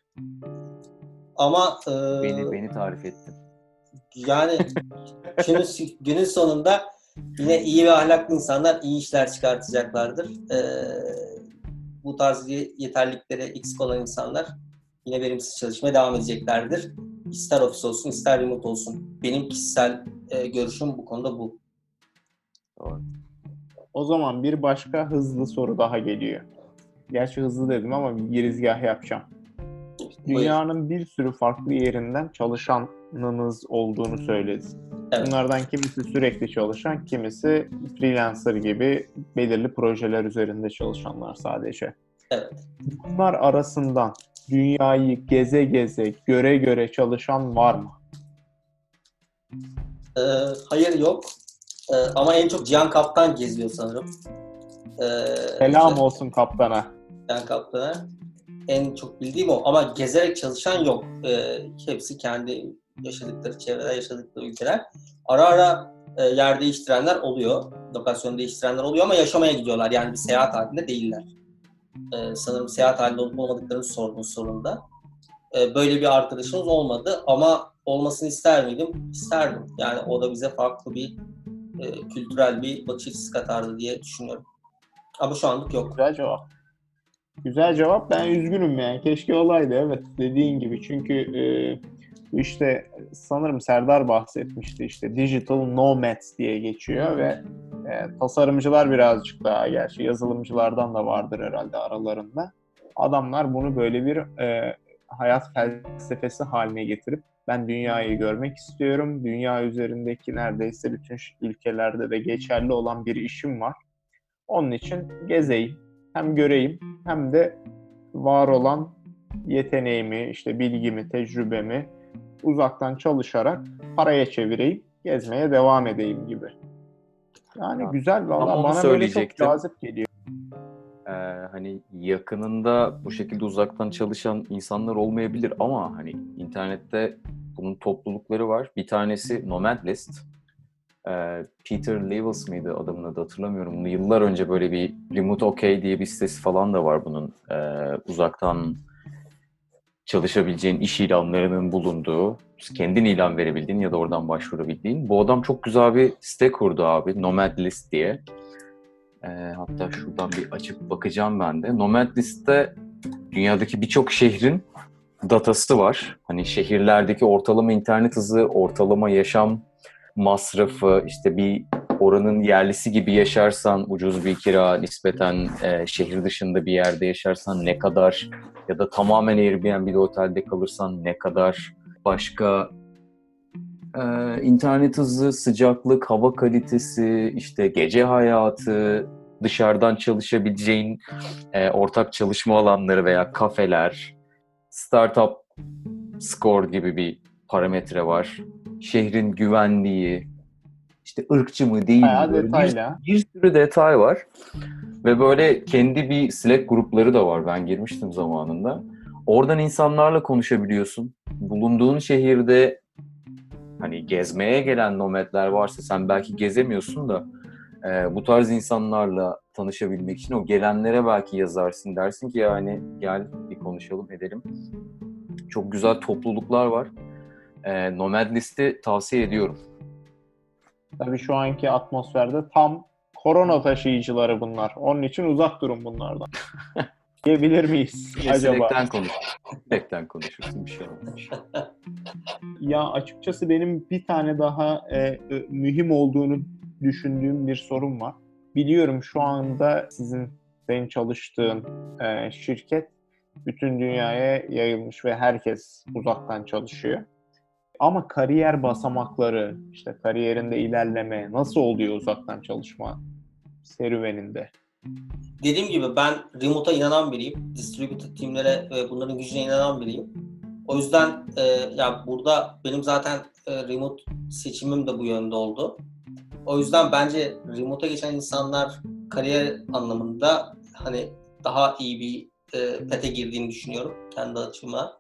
Ama e, Beni beni tarif ettin. yani günün, günün sonunda yine iyi ve ahlaklı insanlar iyi işler çıkartacaklardır. Ee, bu tarz yeterlilikleri eksik olan insanlar yine verimsiz çalışmaya devam edeceklerdir. İster ofis olsun, ister remote olsun. Benim kişisel e, görüşüm bu konuda bu. Doğru. O zaman bir başka hızlı soru daha geliyor. Gerçi hızlı dedim ama bir girizgah yapacağım. Dünyanın bir sürü farklı yerinden çalışanınız olduğunu söylediniz. Evet. Bunlardan kimisi sürekli çalışan, kimisi freelancer gibi belirli projeler üzerinde çalışanlar sadece. Evet. Bunlar arasından dünyayı geze geze, göre göre çalışan var mı? Ee, hayır yok. Ee, ama en çok Cihan Kaptan geziyor sanırım. Ee, Selam işte, olsun kaptana. Cihan Kaptan'a. En çok bildiğim o. Ama gezerek çalışan yok. Ee, hepsi kendi yaşadıkları çevrede, yaşadıkları ülkeler. Ara ara e, yer değiştirenler oluyor. Lokasyon değiştirenler oluyor ama yaşamaya gidiyorlar. Yani bir seyahat halinde değiller. Ee, sanırım seyahat halinde olup olmadıklarını sordunuz sorunda. Ee, böyle bir arkadaşımız olmadı ama olmasını ister miydim? İsterdim. Yani o da bize farklı bir e, kültürel bir bakış açısı katardı diye düşünüyorum. Ama şu anlık yok. Güzel cevap. Güzel cevap. Ben üzgünüm yani. Keşke olaydı. Evet, dediğin gibi. Çünkü e, işte sanırım Serdar bahsetmişti. İşte digital nomads diye geçiyor ve e, tasarımcılar birazcık daha, gerçi yazılımcılardan da vardır herhalde aralarında. Adamlar bunu böyle bir e, hayat felsefesi haline getirip ben dünyayı görmek istiyorum. Dünya üzerindeki neredeyse bütün ülkelerde de geçerli olan bir işim var. Onun için gezeyim, hem göreyim hem de var olan yeteneğimi, işte bilgimi, tecrübemi uzaktan çalışarak paraya çevireyim, gezmeye devam edeyim gibi. Yani Ya, güzel tam valla, onu bana böyle çok söyleyecektim. cazip geliyor. Ee, hani yakınında bu şekilde uzaktan çalışan insanlar olmayabilir ama hani internette bunun toplulukları var. Bir tanesi Nomadlist. Ee, Peter Levels miydi adamın adı, hatırlamıyorum. Bunu yıllar önce böyle bir Remote OK diye bir sitesi falan da var bunun. Ee, uzaktan çalışabileceğin iş ilanlarının bulunduğu, kendin ilan verebildiğin ya da oradan başvurabildiğin. Bu adam çok güzel bir site kurdu abi, Nomadlist diye. Ee, hatta şuradan bir açıp bakacağım ben de. Nomadlist'te dünyadaki birçok şehrin datası var. Hani şehirlerdeki ortalama internet hızı, ortalama yaşam masrafı, işte bir oranın yerlisi gibi yaşarsan ucuz bir kira, nispeten e, şehir dışında bir yerde yaşarsan ne kadar, ya da tamamen Airbnb'de otelde kalırsan ne kadar, başka e, internet hızı, sıcaklık, hava kalitesi, işte gece hayatı, dışarıdan çalışabileceğin e, ortak çalışma alanları veya kafeler, startup score gibi bir parametre var. Şehrin güvenliği, işte ırkçı mı değil mi? Bayağı Böyle bir, detaylı. bir sürü detay var. Ve böyle kendi bir Slack grupları da var. Ben girmiştim zamanında. Oradan insanlarla konuşabiliyorsun. Bulunduğun şehirde hani gezmeye gelen nomadler varsa sen belki gezemiyorsun da e, bu tarz insanlarla tanışabilmek için o gelenlere belki yazarsın. Dersin ki yani gel bir konuşalım edelim. Çok güzel topluluklar var. E, Nomad List'i tavsiye ediyorum. Tabii şu anki atmosferde tam korona taşıyıcıları bunlar. Onun için uzak durun bunlardan. Diyebilir miyiz Yine acaba? Slack'ten konuş. Slack'ten konuşursun bir şey olmamış. Ya açıkçası benim bir tane daha e, e, mühim olduğunu düşündüğüm bir sorun var. Biliyorum şu anda sizin senin çalıştığın e, şirket bütün dünyaya yayılmış ve herkes uzaktan çalışıyor. Ama kariyer basamakları, işte kariyerinde ilerleme nasıl oluyor uzaktan çalışma serüveninde? Dediğim gibi ben remote'a inanan biriyim. Distributed teamlere ve bunların gücüne inanan biriyim. O yüzden e, ya burada benim zaten e, remote seçimim de bu yönde oldu. O yüzden bence remote'a geçen insanlar kariyer anlamında hani daha iyi bir e, pete girdiğini düşünüyorum kendi açıma.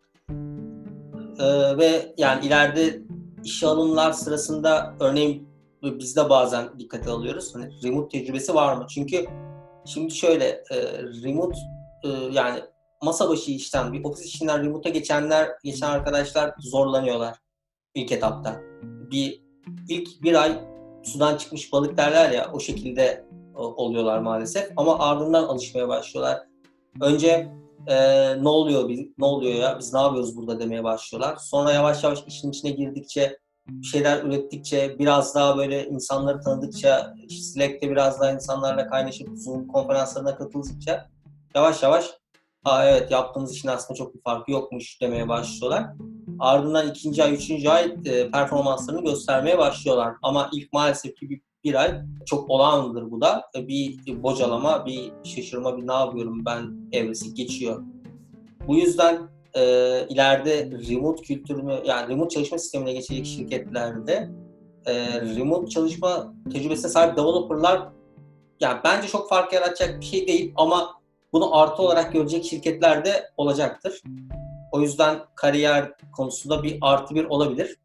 E, ve yani ileride işe alımlar sırasında örneğin biz de bazen dikkate alıyoruz. Hani remote tecrübesi var mı? Çünkü şimdi şöyle e, remote e, yani masa başı işten, bir ofis işinden remote'a geçenler, geçen arkadaşlar zorlanıyorlar ilk etapta. Bir ilk bir ay sudan çıkmış balık derler ya, o şekilde oluyorlar maalesef. Ama ardından alışmaya başlıyorlar. Önce e, ne oluyor biz, ne oluyor ya, biz ne yapıyoruz burada demeye başlıyorlar. Sonra yavaş yavaş işin içine girdikçe, bir şeyler ürettikçe, biraz daha böyle insanları tanıdıkça, Slack'te biraz daha insanlarla kaynaşıp Zoom konferanslarına katıldıkça yavaş yavaş aa evet yaptığımız işin aslında çok bir farkı yokmuş demeye başlıyorlar. Ardından ikinci ay, üçüncü ay e, performanslarını göstermeye başlıyorlar. Ama ilk maalesef ki bir, bir ay çok olağandır bu da. Bir bocalama, bir şaşırma, bir ne yapıyorum ben evresi geçiyor. Bu yüzden e, ileride remote kültürünü, yani remote çalışma sistemine geçecek şirketlerde e, remote çalışma tecrübesine sahip developerlar yani bence çok fark yaratacak bir şey değil ama bunu artı olarak görecek şirketler de olacaktır. O yüzden kariyer konusunda bir artı bir olabilir.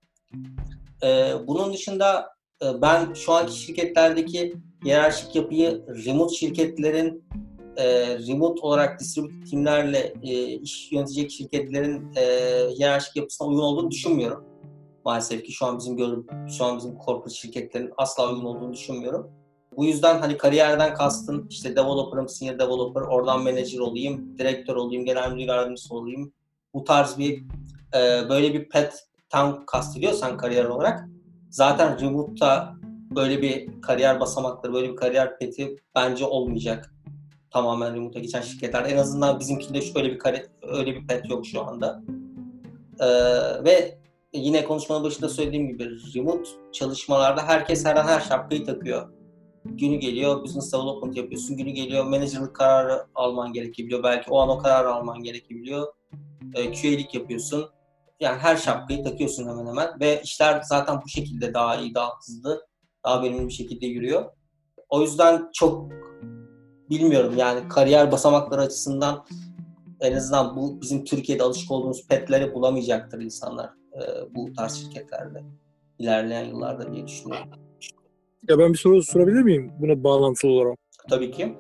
Ee, bunun dışında e, ben şu anki şirketlerdeki hiyerarşik yapıyı remote şirketlerin e, remote olarak distributed teamlerle e, iş yönetecek şirketlerin e, hiyerarşik yapısına uygun olduğunu düşünmüyorum. Maalesef ki şu an bizim görüp şu an bizim corporate şirketlerin asla uygun olduğunu düşünmüyorum. Bu yüzden hani kariyerden kastım işte developer'ım, senior developer, oradan manager olayım, direktör olayım, genel müdür yardımcısı olayım. Bu tarz bir e, böyle bir path'ten kastediyorsan kariyer olarak zaten remote'da böyle bir kariyer basamakları, böyle bir kariyer path'i bence olmayacak. Tamamen remote'a geçen şirketler. En azından bizimkinde şöyle bir kariyer, öyle bir path yok şu anda. E, ve yine konuşmanın başında söylediğim gibi remote çalışmalarda herkes her an her şapkayı takıyor. Günü geliyor business development yapıyorsun, günü geliyor managerlık kararı alman gerekebiliyor. Belki o an o kararı alman gerekebiliyor. E, Q A'lik yapıyorsun. Yani her şapkayı takıyorsun hemen hemen ve işler zaten bu şekilde daha iyi, daha hızlı, daha verimli bir şekilde yürüyor. O yüzden çok bilmiyorum yani kariyer basamakları açısından en azından bu bizim Türkiye'de alışık olduğumuz petleri bulamayacaktır insanlar e, bu tarz şirketlerde ilerleyen yıllarda diye düşünüyorum. Ya ben bir soru sorabilir miyim buna bağlantılı olarak? Tabii ki.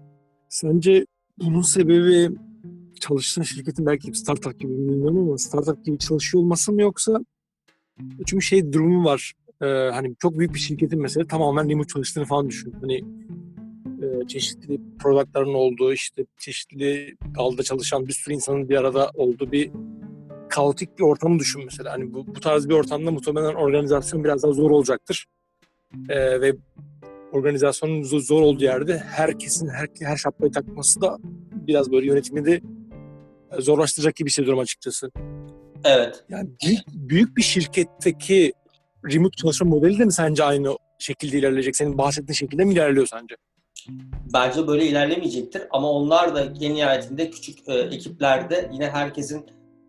Sence bunun sebebi çalıştığın şirketin belki startup gibi bilmiyorum ama startup gibi çalışıyor olması mı yoksa çünkü şey durumu var. Ee, hani çok büyük bir şirketin mesela tamamen remote çalıştığını falan düşün. Hani e, çeşitli productların olduğu, işte çeşitli dalda çalışan bir sürü insanın bir arada olduğu bir kaotik bir ortamı düşün mesela. Hani bu, bu tarz bir ortamda muhtemelen organizasyon biraz daha zor olacaktır. Ee, ve organizasyonun zor olduğu yerde herkesin her, her şapkayı takması da biraz böyle yönetimi de zorlaştıracak gibi hissediyorum açıkçası. Evet. Yani büyük, büyük bir şirketteki remote çalışma modeli de mi sence aynı şekilde ilerleyecek? Senin bahsettiğin şekilde mi ilerliyor sence? Bence böyle ilerlemeyecektir ama onlar da en nihayetinde küçük e, ekiplerde yine herkesin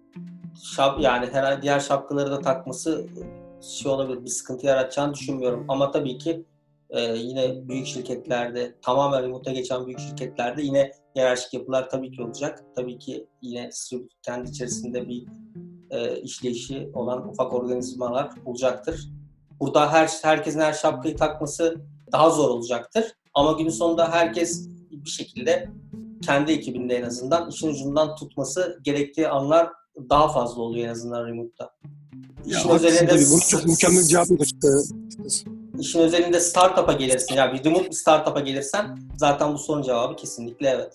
şap, yani herhalde diğer şapkaları da takması şey olabilir, bir sıkıntı yaratacağını düşünmüyorum. Ama tabii ki Ee, yine büyük şirketlerde, tamamen remote'a geçen büyük şirketlerde yine hiyerarşik yapılar tabii ki olacak. Tabii ki yine kendi içerisinde bir e, işleyişi olan ufak organizmalar olacaktır. Burada her herkesin her şapkayı takması daha zor olacaktır. Ama günün sonunda herkes bir şekilde kendi ekibinde en azından işin ucundan tutması gerektiği anlar daha fazla oluyor en azından remote'da. İşin Ya, özelinde tabii. Bunu çok mükemmel bir cevap yok açıkçası. İşin özelinde startup'a gelirsin. Ya bir remote bir startup'a gelirsen zaten bu sorunun cevabı kesinlikle evet.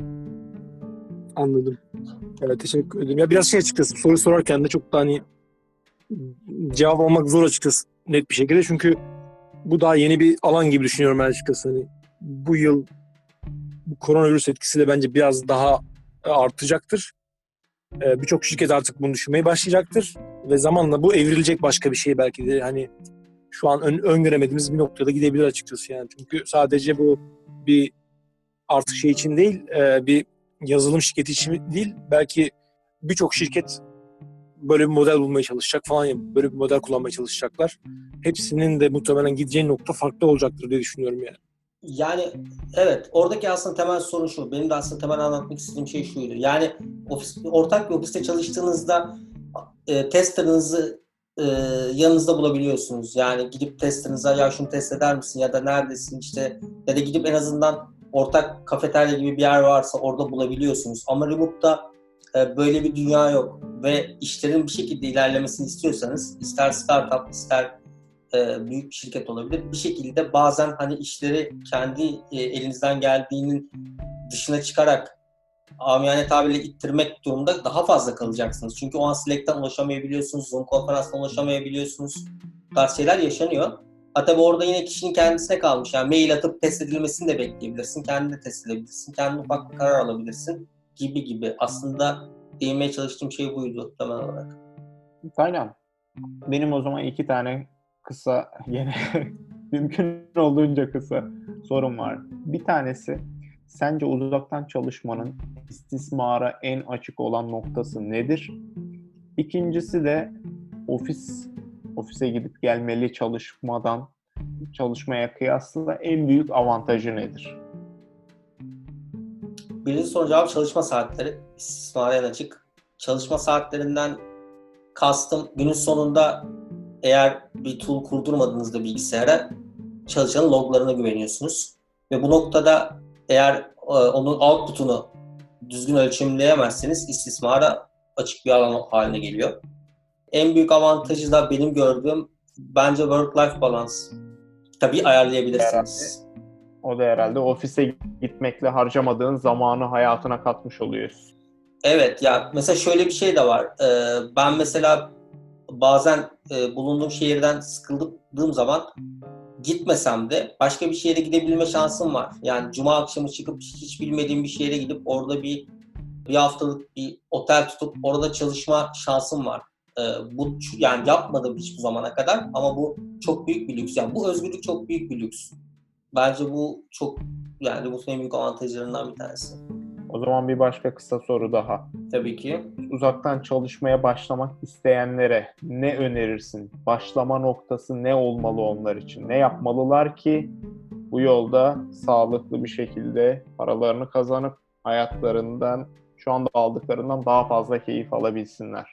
Anladım. Evet, teşekkür ederim. Ya biraz şey açıkçası soru sorarken de çok da hani cevap almak zor açıkçası net bir şekilde. Çünkü bu daha yeni bir alan gibi düşünüyorum ben açıkçası. Hani bu yıl bu koronavirüs etkisi de bence biraz daha artacaktır. Ee, birçok şirket artık bunu düşünmeye başlayacaktır. Ve zamanla bu evrilecek başka bir şey belki de. Hani şu an ön, öngöremediğimiz bir noktada gidebilir açıkçası yani. Çünkü sadece bu bir artık şey için değil, e, bir yazılım şirketi için değil. Belki birçok şirket böyle bir model bulmaya çalışacak falan ya. Böyle bir model kullanmaya çalışacaklar. Hepsinin de muhtemelen gideceği nokta farklı olacaktır diye düşünüyorum yani. Yani evet, oradaki aslında temel sorun şu. Benim de aslında temel anlatmak istediğim şey şuydu. Yani ofis, ortak bir ofiste çalıştığınızda e, testerınızı e, yanınızda bulabiliyorsunuz. Yani gidip testerınıza ya şunu test eder misin ya da neredesin işte ya da gidip en azından ortak kafeterya gibi bir yer varsa orada bulabiliyorsunuz. Ama remote'da e, böyle bir dünya yok ve işlerin bir şekilde ilerlemesini istiyorsanız ister startup ister büyük bir şirket olabilir. Bir şekilde bazen hani işleri kendi elinizden geldiğinin dışına çıkarak amiyane tabirle ittirmek durumunda daha fazla kalacaksınız. Çünkü o an Slack'ten ulaşamayabiliyorsunuz, Zoom konferanstan ulaşamayabiliyorsunuz. Bu tarz şeyler yaşanıyor. Ha tabii orada yine kişinin kendisine kalmış. Yani mail atıp test edilmesini de bekleyebilirsin. Kendin de test edebilirsin. Kendin ufak bir karar alabilirsin. Gibi gibi. Aslında değinmeye çalıştığım şey buydu temel olarak. Aynen. Benim o zaman iki tane kısa, yine mümkün olduğunca kısa sorum var. Bir tanesi, sence uzaktan çalışmanın istismara en açık olan noktası nedir? İkincisi de ofis, ofise gidip gelmeli çalışmadan çalışmaya kıyasla en büyük avantajı nedir? Birinci soru cevap çalışma saatleri. İstismara en açık. Çalışma saatlerinden kastım günün sonunda eğer bir tool kurdurmadığınızda bilgisayara çalışanın loglarına güveniyorsunuz. Ve bu noktada eğer e, onun output'unu düzgün ölçümleyemezseniz istismara açık bir alan haline geliyor. En büyük avantajı da benim gördüğüm bence work-life balance. Tabii ayarlayabilirsiniz. O da herhalde ofise gitmekle harcamadığın zamanı hayatına katmış oluyorsun. Evet ya mesela şöyle bir şey de var. Ee, ben mesela bazen e, bulunduğum şehirden sıkıldığım zaman gitmesem de başka bir şehre gidebilme şansım var. Yani cuma akşamı çıkıp hiç bilmediğim bir şehre gidip orada bir bir haftalık bir otel tutup orada çalışma şansım var. Ee, bu yani yapmadım hiçbir zamana kadar ama bu çok büyük bir lüks. Yani bu özgürlük çok büyük bir lüks. Bence bu çok yani bu en büyük avantajlarından bir tanesi. O zaman bir başka kısa soru daha. Tabii ki. Uzaktan çalışmaya başlamak isteyenlere ne önerirsin? Başlama noktası ne olmalı onlar için? Ne yapmalılar ki bu yolda sağlıklı bir şekilde paralarını kazanıp hayatlarından, şu anda aldıklarından daha fazla keyif alabilsinler?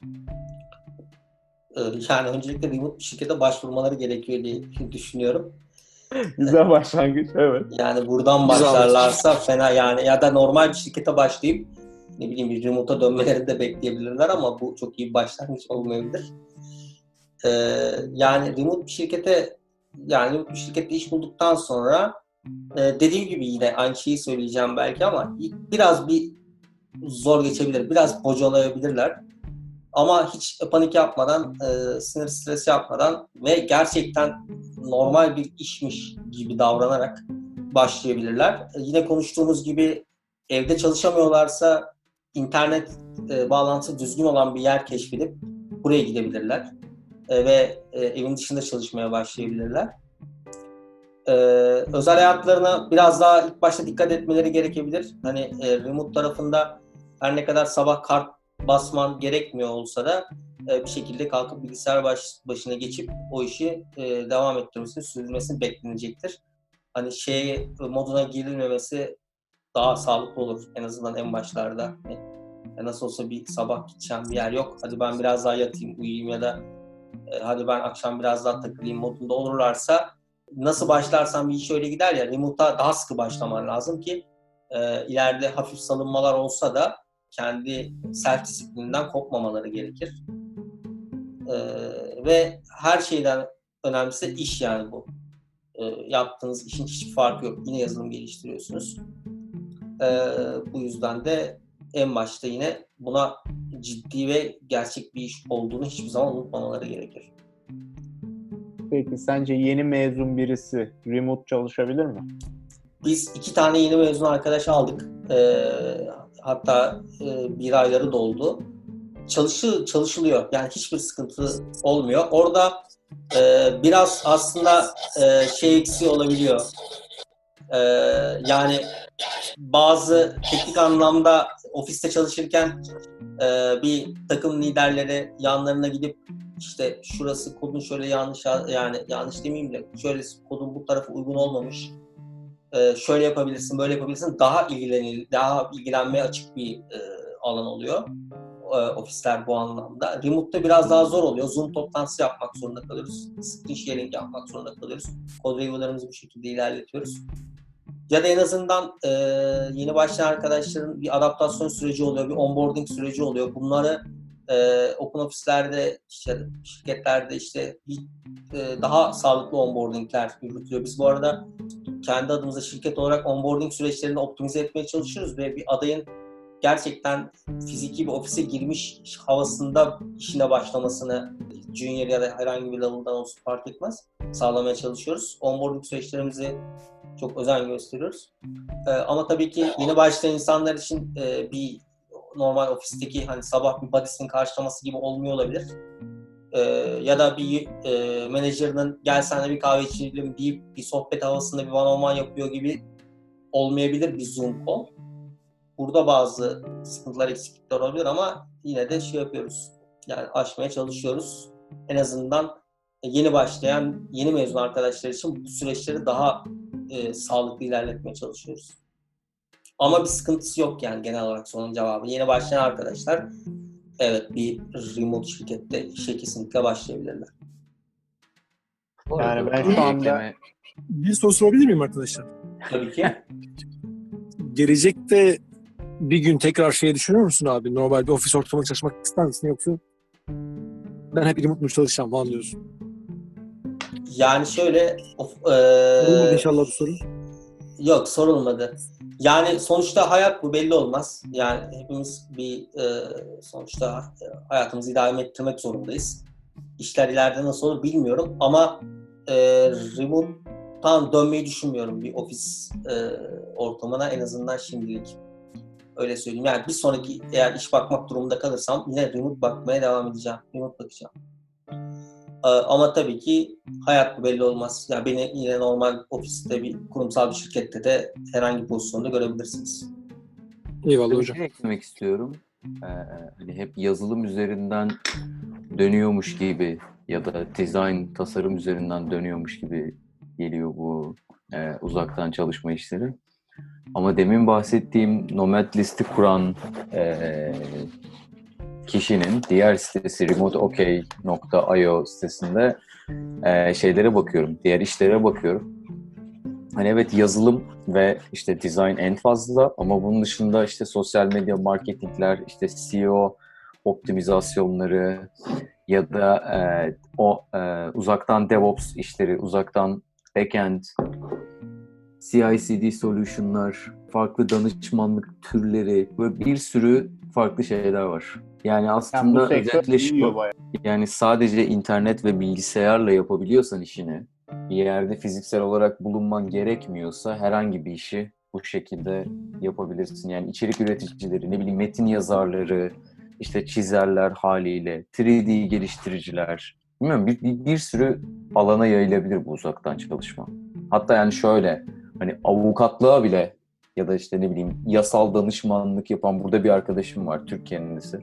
Yani öncelikle remote bir şirkete başvurmaları gerekiyor diye düşünüyorum. Güzel başlangıç, evet. Yani buradan başlarlarsa fena yani ya da normal bir şirkete başlayıp ne bileyim bir remote'a dönmelerini de bekleyebilirler ama bu çok iyi bir başlangıç olmayabilir. Ee, yani remote bir şirkete yani remote bir şirkette iş bulduktan sonra e, dediğim gibi yine aynı şeyi söyleyeceğim belki ama biraz bir zor geçebilir, biraz bocalayabilirler. Ama hiç panik yapmadan, e, sinir stres yapmadan ve gerçekten normal bir işmiş gibi davranarak başlayabilirler. E, yine konuştuğumuz gibi evde çalışamıyorlarsa internet e, bağlantısı düzgün olan bir yer keşfedip buraya gidebilirler. E, ve e, evin dışında çalışmaya başlayabilirler. E, özel hayatlarına biraz daha ilk başta dikkat etmeleri gerekebilir. Hani e, remote tarafında her ne kadar sabah kart basman gerekmiyor olsa da e, bir şekilde kalkıp bilgisayar baş, başına geçip o işi e, devam ettirmesini, sürdürmesini beklenecektir. Hani şey moduna girilmemesi daha sağlıklı olur en azından en başlarda. E, nasıl olsa bir sabah gideceğim bir yer yok. Hadi ben biraz daha yatayım, uyuyayım ya da e, hadi ben akşam biraz daha takılayım modunda olurlarsa nasıl başlarsan bir iş öyle gider ya, remote'a daha sıkı başlaman lazım ki e, ileride hafif salınmalar olsa da kendi self disiplininden kopmamaları gerekir. E, ve her şeyden önemlisi iş yani bu. E, yaptığınız işin hiçbir farkı yok. Yine yazılım geliştiriyorsunuz. E, bu yüzden de en başta yine buna ciddi ve gerçek bir iş olduğunu hiçbir zaman unutmamaları gerekir. Peki sence yeni mezun birisi remote çalışabilir mi? Biz iki tane yeni mezun arkadaş aldık. E, hatta e, bir ayları doldu. Çalışı, çalışılıyor. Yani hiçbir sıkıntı olmuyor. Orada e, biraz aslında e, şey eksiği olabiliyor. E, yani bazı teknik anlamda ofiste çalışırken e, bir takım liderleri yanlarına gidip işte şurası kodun şöyle yanlış, yani yanlış demeyeyim de şöyle kodun bu tarafı uygun olmamış. Ee, şöyle yapabilirsin, böyle yapabilirsin. Daha ilgilenil, daha ilgilenmeye açık bir e, alan oluyor. E, ofisler bu anlamda. Remote'da biraz daha zor oluyor. Zoom toplantısı yapmak zorunda kalıyoruz. Screen sharing yapmak zorunda kalıyoruz. Code review'larımızı bu şekilde ilerletiyoruz. Ya da en azından e, yeni başlayan arkadaşların bir adaptasyon süreci oluyor, bir onboarding süreci oluyor. Bunları e, open office'lerde, işte şirketlerde işte bir, e, daha sağlıklı onboardingler yürütülüyor. Biz bu arada kendi adımıza şirket olarak onboarding süreçlerini optimize etmeye çalışıyoruz ve bir adayın gerçekten fiziki bir ofise girmiş havasında işine başlamasını, junior ya da herhangi bir level'dan olsun fark etmez, sağlamaya çalışıyoruz. Onboarding süreçlerimizi çok özen gösteriyoruz. Ee, ama tabii ki yeni başlayan insanlar için e, bir normal ofisteki hani sabah bir buddy'sinin karşılaması gibi olmuyor olabilir. Ee, ya da bir e, menajerinin gel senle bir kahve içelim deyip bir sohbet havasında bir one on one yapıyor gibi olmayabilir bir Zoom call. Burada bazı sıkıntılar, eksiklikler olabilir ama yine de şey yapıyoruz. Yani aşmaya çalışıyoruz. En azından yeni başlayan, yeni mezun arkadaşlar için bu süreçleri daha e, sağlıklı ilerletmeye çalışıyoruz. Ama bir sıkıntısı yok yani genel olarak sorunun cevabı. Yeni başlayan arkadaşlar evet bir remote şirkette işe kesinlikle başlayabilirler. Yani ben şu anda Bir soru sorabilir miyim arkadaşlar? Tabii ki. Gelecekte bir gün tekrar şey düşünür müsün abi? Normal bir ofis ortamında çalışmak ister misin yoksa ben hep remote çalışacağım falan diyorsun? Yani şöyle of, e, Olmadı inşallah bu soru. Yok sorulmadı. Yani sonuçta hayat bu belli olmaz. Yani hepimiz bir e, sonuçta hayatımızı idame ettirmek zorundayız. İşler ileride nasıl olur bilmiyorum ama e, remote'tan dönmeyi düşünmüyorum bir ofis e, ortamına en azından şimdilik. Öyle söyleyeyim. Yani bir sonraki eğer iş bakmak durumunda kalırsam yine remote bakmaya devam edeceğim. Remote bakacağım. E, ama tabii ki hayat bu belli olmaz. Yani beni yine normal ofiste bir kurumsal bir şirkette de herhangi bir pozisyonda görebilirsiniz. Eyvallah Bir hocam. şey eklemek istiyorum. Ee, hani hep yazılım üzerinden dönüyormuş gibi ya da design, tasarım üzerinden dönüyormuş gibi geliyor bu e, uzaktan çalışma işleri. Ama demin bahsettiğim Nomad listi kuran e, kişinin diğer sitesi remoteokey nokta io sitesinde e, şeylere bakıyorum, diğer işlere bakıyorum. Hani evet yazılım ve işte design en fazla ama bunun dışında işte sosyal medya marketingler, işte S E O optimizasyonları ya da e, o e, uzaktan DevOps işleri, uzaktan backend, C I C D solution'lar, farklı danışmanlık türleri, böyle bir sürü farklı şeyler var. Yani aslında yani bu sektör özetle büyüyor şu, bayağı. yani sadece internet ve bilgisayarla yapabiliyorsan işini, bir yerde fiziksel olarak bulunman gerekmiyorsa herhangi bir işi bu şekilde yapabilirsin. Yani içerik üreticileri, ne bileyim metin yazarları, işte çizerler haliyle, üç D geliştiriciler, bilmiyorum bir, bir, bir sürü alana yayılabilir bu uzaktan çalışma. Hatta yani şöyle, hani avukatlığa bile ya da işte ne bileyim yasal danışmanlık yapan burada bir arkadaşım var, Türk kendisi.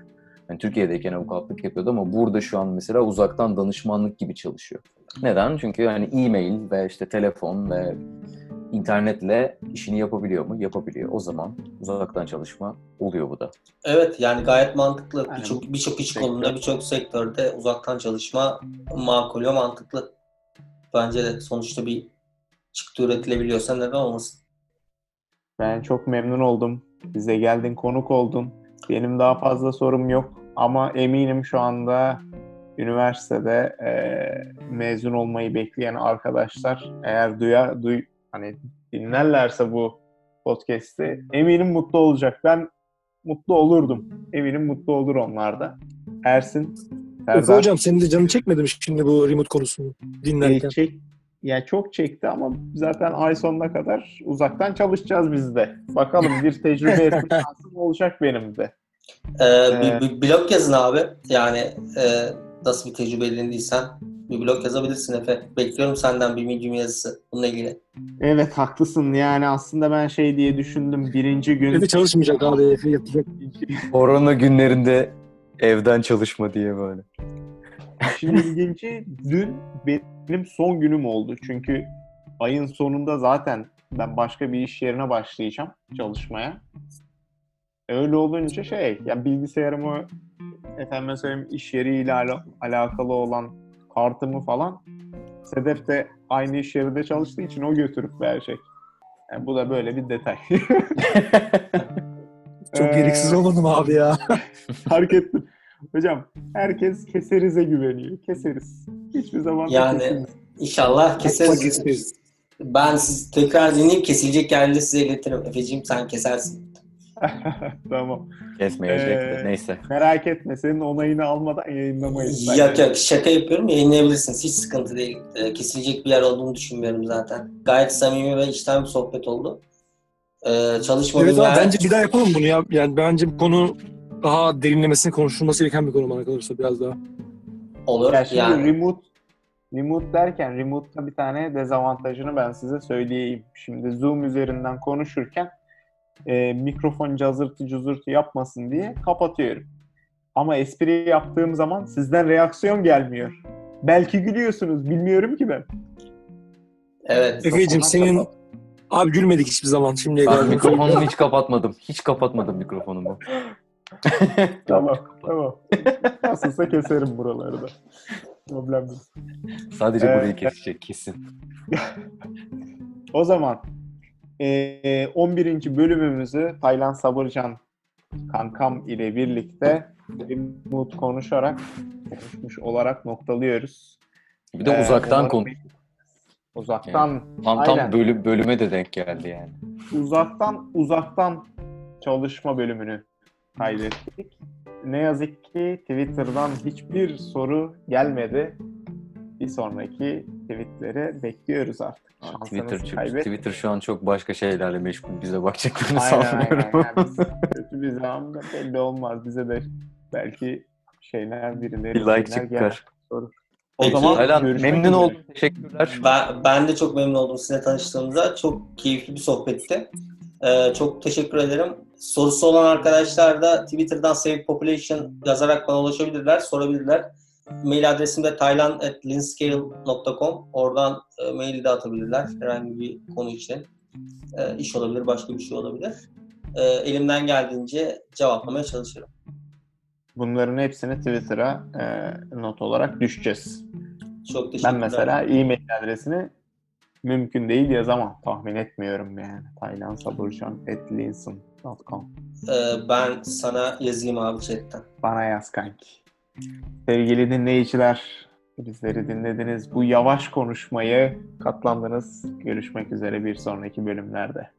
Yani Türkiye'deyken avukatlık yapıyordu ama burada şu an mesela uzaktan danışmanlık gibi çalışıyor. Neden? Çünkü yani e-mail ve işte telefon ve internetle işini yapabiliyor mu? Yapabiliyor. O zaman uzaktan çalışma oluyor bu da. Evet, yani gayet mantıklı. Yani Birçok birçok iş sektör. kolunda, birçok sektörde uzaktan çalışma makul ve mantıklı. Bence de sonuçta bir çıktı üretilebiliyorsa neden olmasın? Ben çok memnun oldum. Bize geldin, konuk oldun. Benim daha fazla sorum yok ama eminim şu anda üniversitede e, mezun olmayı bekleyen arkadaşlar eğer duyar, duy, hani dinlerlerse bu podcast'i eminim mutlu olacak. Ben mutlu olurdum. Eminim mutlu olur onlar da. Ersin, Efe Serdar. hocam senin de canın çekmedi mi şimdi bu remote konusunu dinlerken? E, çek, ya çok çekti ama zaten ay sonuna kadar uzaktan çalışacağız biz de. Bakalım bir tecrübe etme şansım olacak benim de. Ee, Ee, bir, bir blog yazın abi. Yani e, nasıl bir tecrübe edindiysen bir blog yazabilirsin Efe. Bekliyorum senden bir Medium yazısı bununla ilgili. Evet haklısın yani aslında ben şey diye düşündüm birinci gün. Efe çalışmayacak abi, Efe yapacak. Korona günlerinde evden çalışma diye böyle. İşin ilginci dün benim son günüm oldu. Çünkü ayın sonunda zaten ben başka bir iş yerine başlayacağım çalışmaya. Öyle olunca şey, yani bilgisayarımı efendim söyleyeyim iş yeriyle ala- alakalı olan kartımı falan Sedef de aynı iş yerinde çalıştığı için o götürüp verecek. Yani bu da böyle bir detay. Çok gereksiz olmadı mı abi ya? Fark ettim. Hocam herkes keserize güveniyor. Keseriz. Hiçbir zaman da Yani kesilmez. inşallah keseriz. keseriz. Ben siz tekrar dinleyip kesilecek yerinde size iletirim. Efeciğim sen kesersin. Tamam. Kesmeyecek de Ee, neyse. Merak etme. Senin onayını almadan yayınlamayız. Yok yok şaka yapıyorum, yayınlayabilirsiniz. Hiç sıkıntı değil. Ee, kesilecek bir yer olduğunu düşünmüyorum zaten. Gayet samimi ve içten bir sohbet oldu. Ee, çalışmadığım Evet abi, yer... bence bir daha yapalım bunu ya. Yani bence bu konu daha derinlemesine konuşulması gereken bir konu bana kalırsa biraz daha. Olur. Ya şimdi Yani remote remote derken remote'da bir tane dezavantajını ben size söyleyeyim. Şimdi Zoom üzerinden konuşurken e, mikrofon cazırtı cuzurtu yapmasın diye kapatıyorum. Ama espri yaptığım zaman sizden reaksiyon gelmiyor. Belki gülüyorsunuz. Bilmiyorum ki ben. evet. Efe'cim senin kapat. abi gülmedik hiçbir zaman şimdiye Ben kadar. mikrofonumu hiç kapatmadım. Hiç kapatmadım mikrofonumu. Tamam. Tamam. Nasılsa keserim buraları da. Problem değil. Sadece Ee, burayı kesecek kesin. O zaman e, on birinci bölümümüzü Taylan Sabırcan kankam ile birlikte remote konuşarak konuşmuş olarak noktalıyoruz. Bir de Ee, uzaktan umarım konu. uzaktan Tam aynen. tam bölüm, bölüme de denk geldi yani. uzaktan uzaktan çalışma bölümünü kaydettik. Ne yazık ki Twitter'dan hiçbir soru gelmedi. Bir sonraki tweetleri bekliyoruz artık. Aa, Şansınızı Twitter, çünkü kaybet. Twitter şu an çok başka şeylerle meşgul. Bize bakacaklarını Aynen sanmıyorum. aynen. Yani biz kötü bir zamanda belli olmaz. Bize de belki şeyler birileri Bir like şeyler çıkar. gelir. Sorun. O Peki. zaman Taylan görüşmek memnun üzere. oldum. Teşekkürler. Ben, ben de çok memnun oldum sizinle tanıştığımda. Çok keyifli bir sohbetti. Ee, çok teşekkür ederim. Sorusu olan arkadaşlar da Twitter'dan Save Population yazarak bana ulaşabilirler, sorabilirler. Mail adresim de taylan at linscale dot com. Oradan e, mail de atabilirler herhangi bir konu için. E, iş olabilir, başka bir şey olabilir. E, elimden geldiğince cevaplamaya çalışırım. Bunların hepsini Twitter'a e, not olarak düşeceğiz. Çok teşekkürler. Ben mesela e-mail adresini mümkün değil yazamam. Tahmin etmiyorum yani. taylan sabırcan at linson dot com. E, ben sana yazayım abi chatten. Bana yaz kanki. Sevgili dinleyiciler, bizleri dinlediniz. Bu yavaş konuşmayı katlandınız. Görüşmek üzere bir sonraki bölümlerde.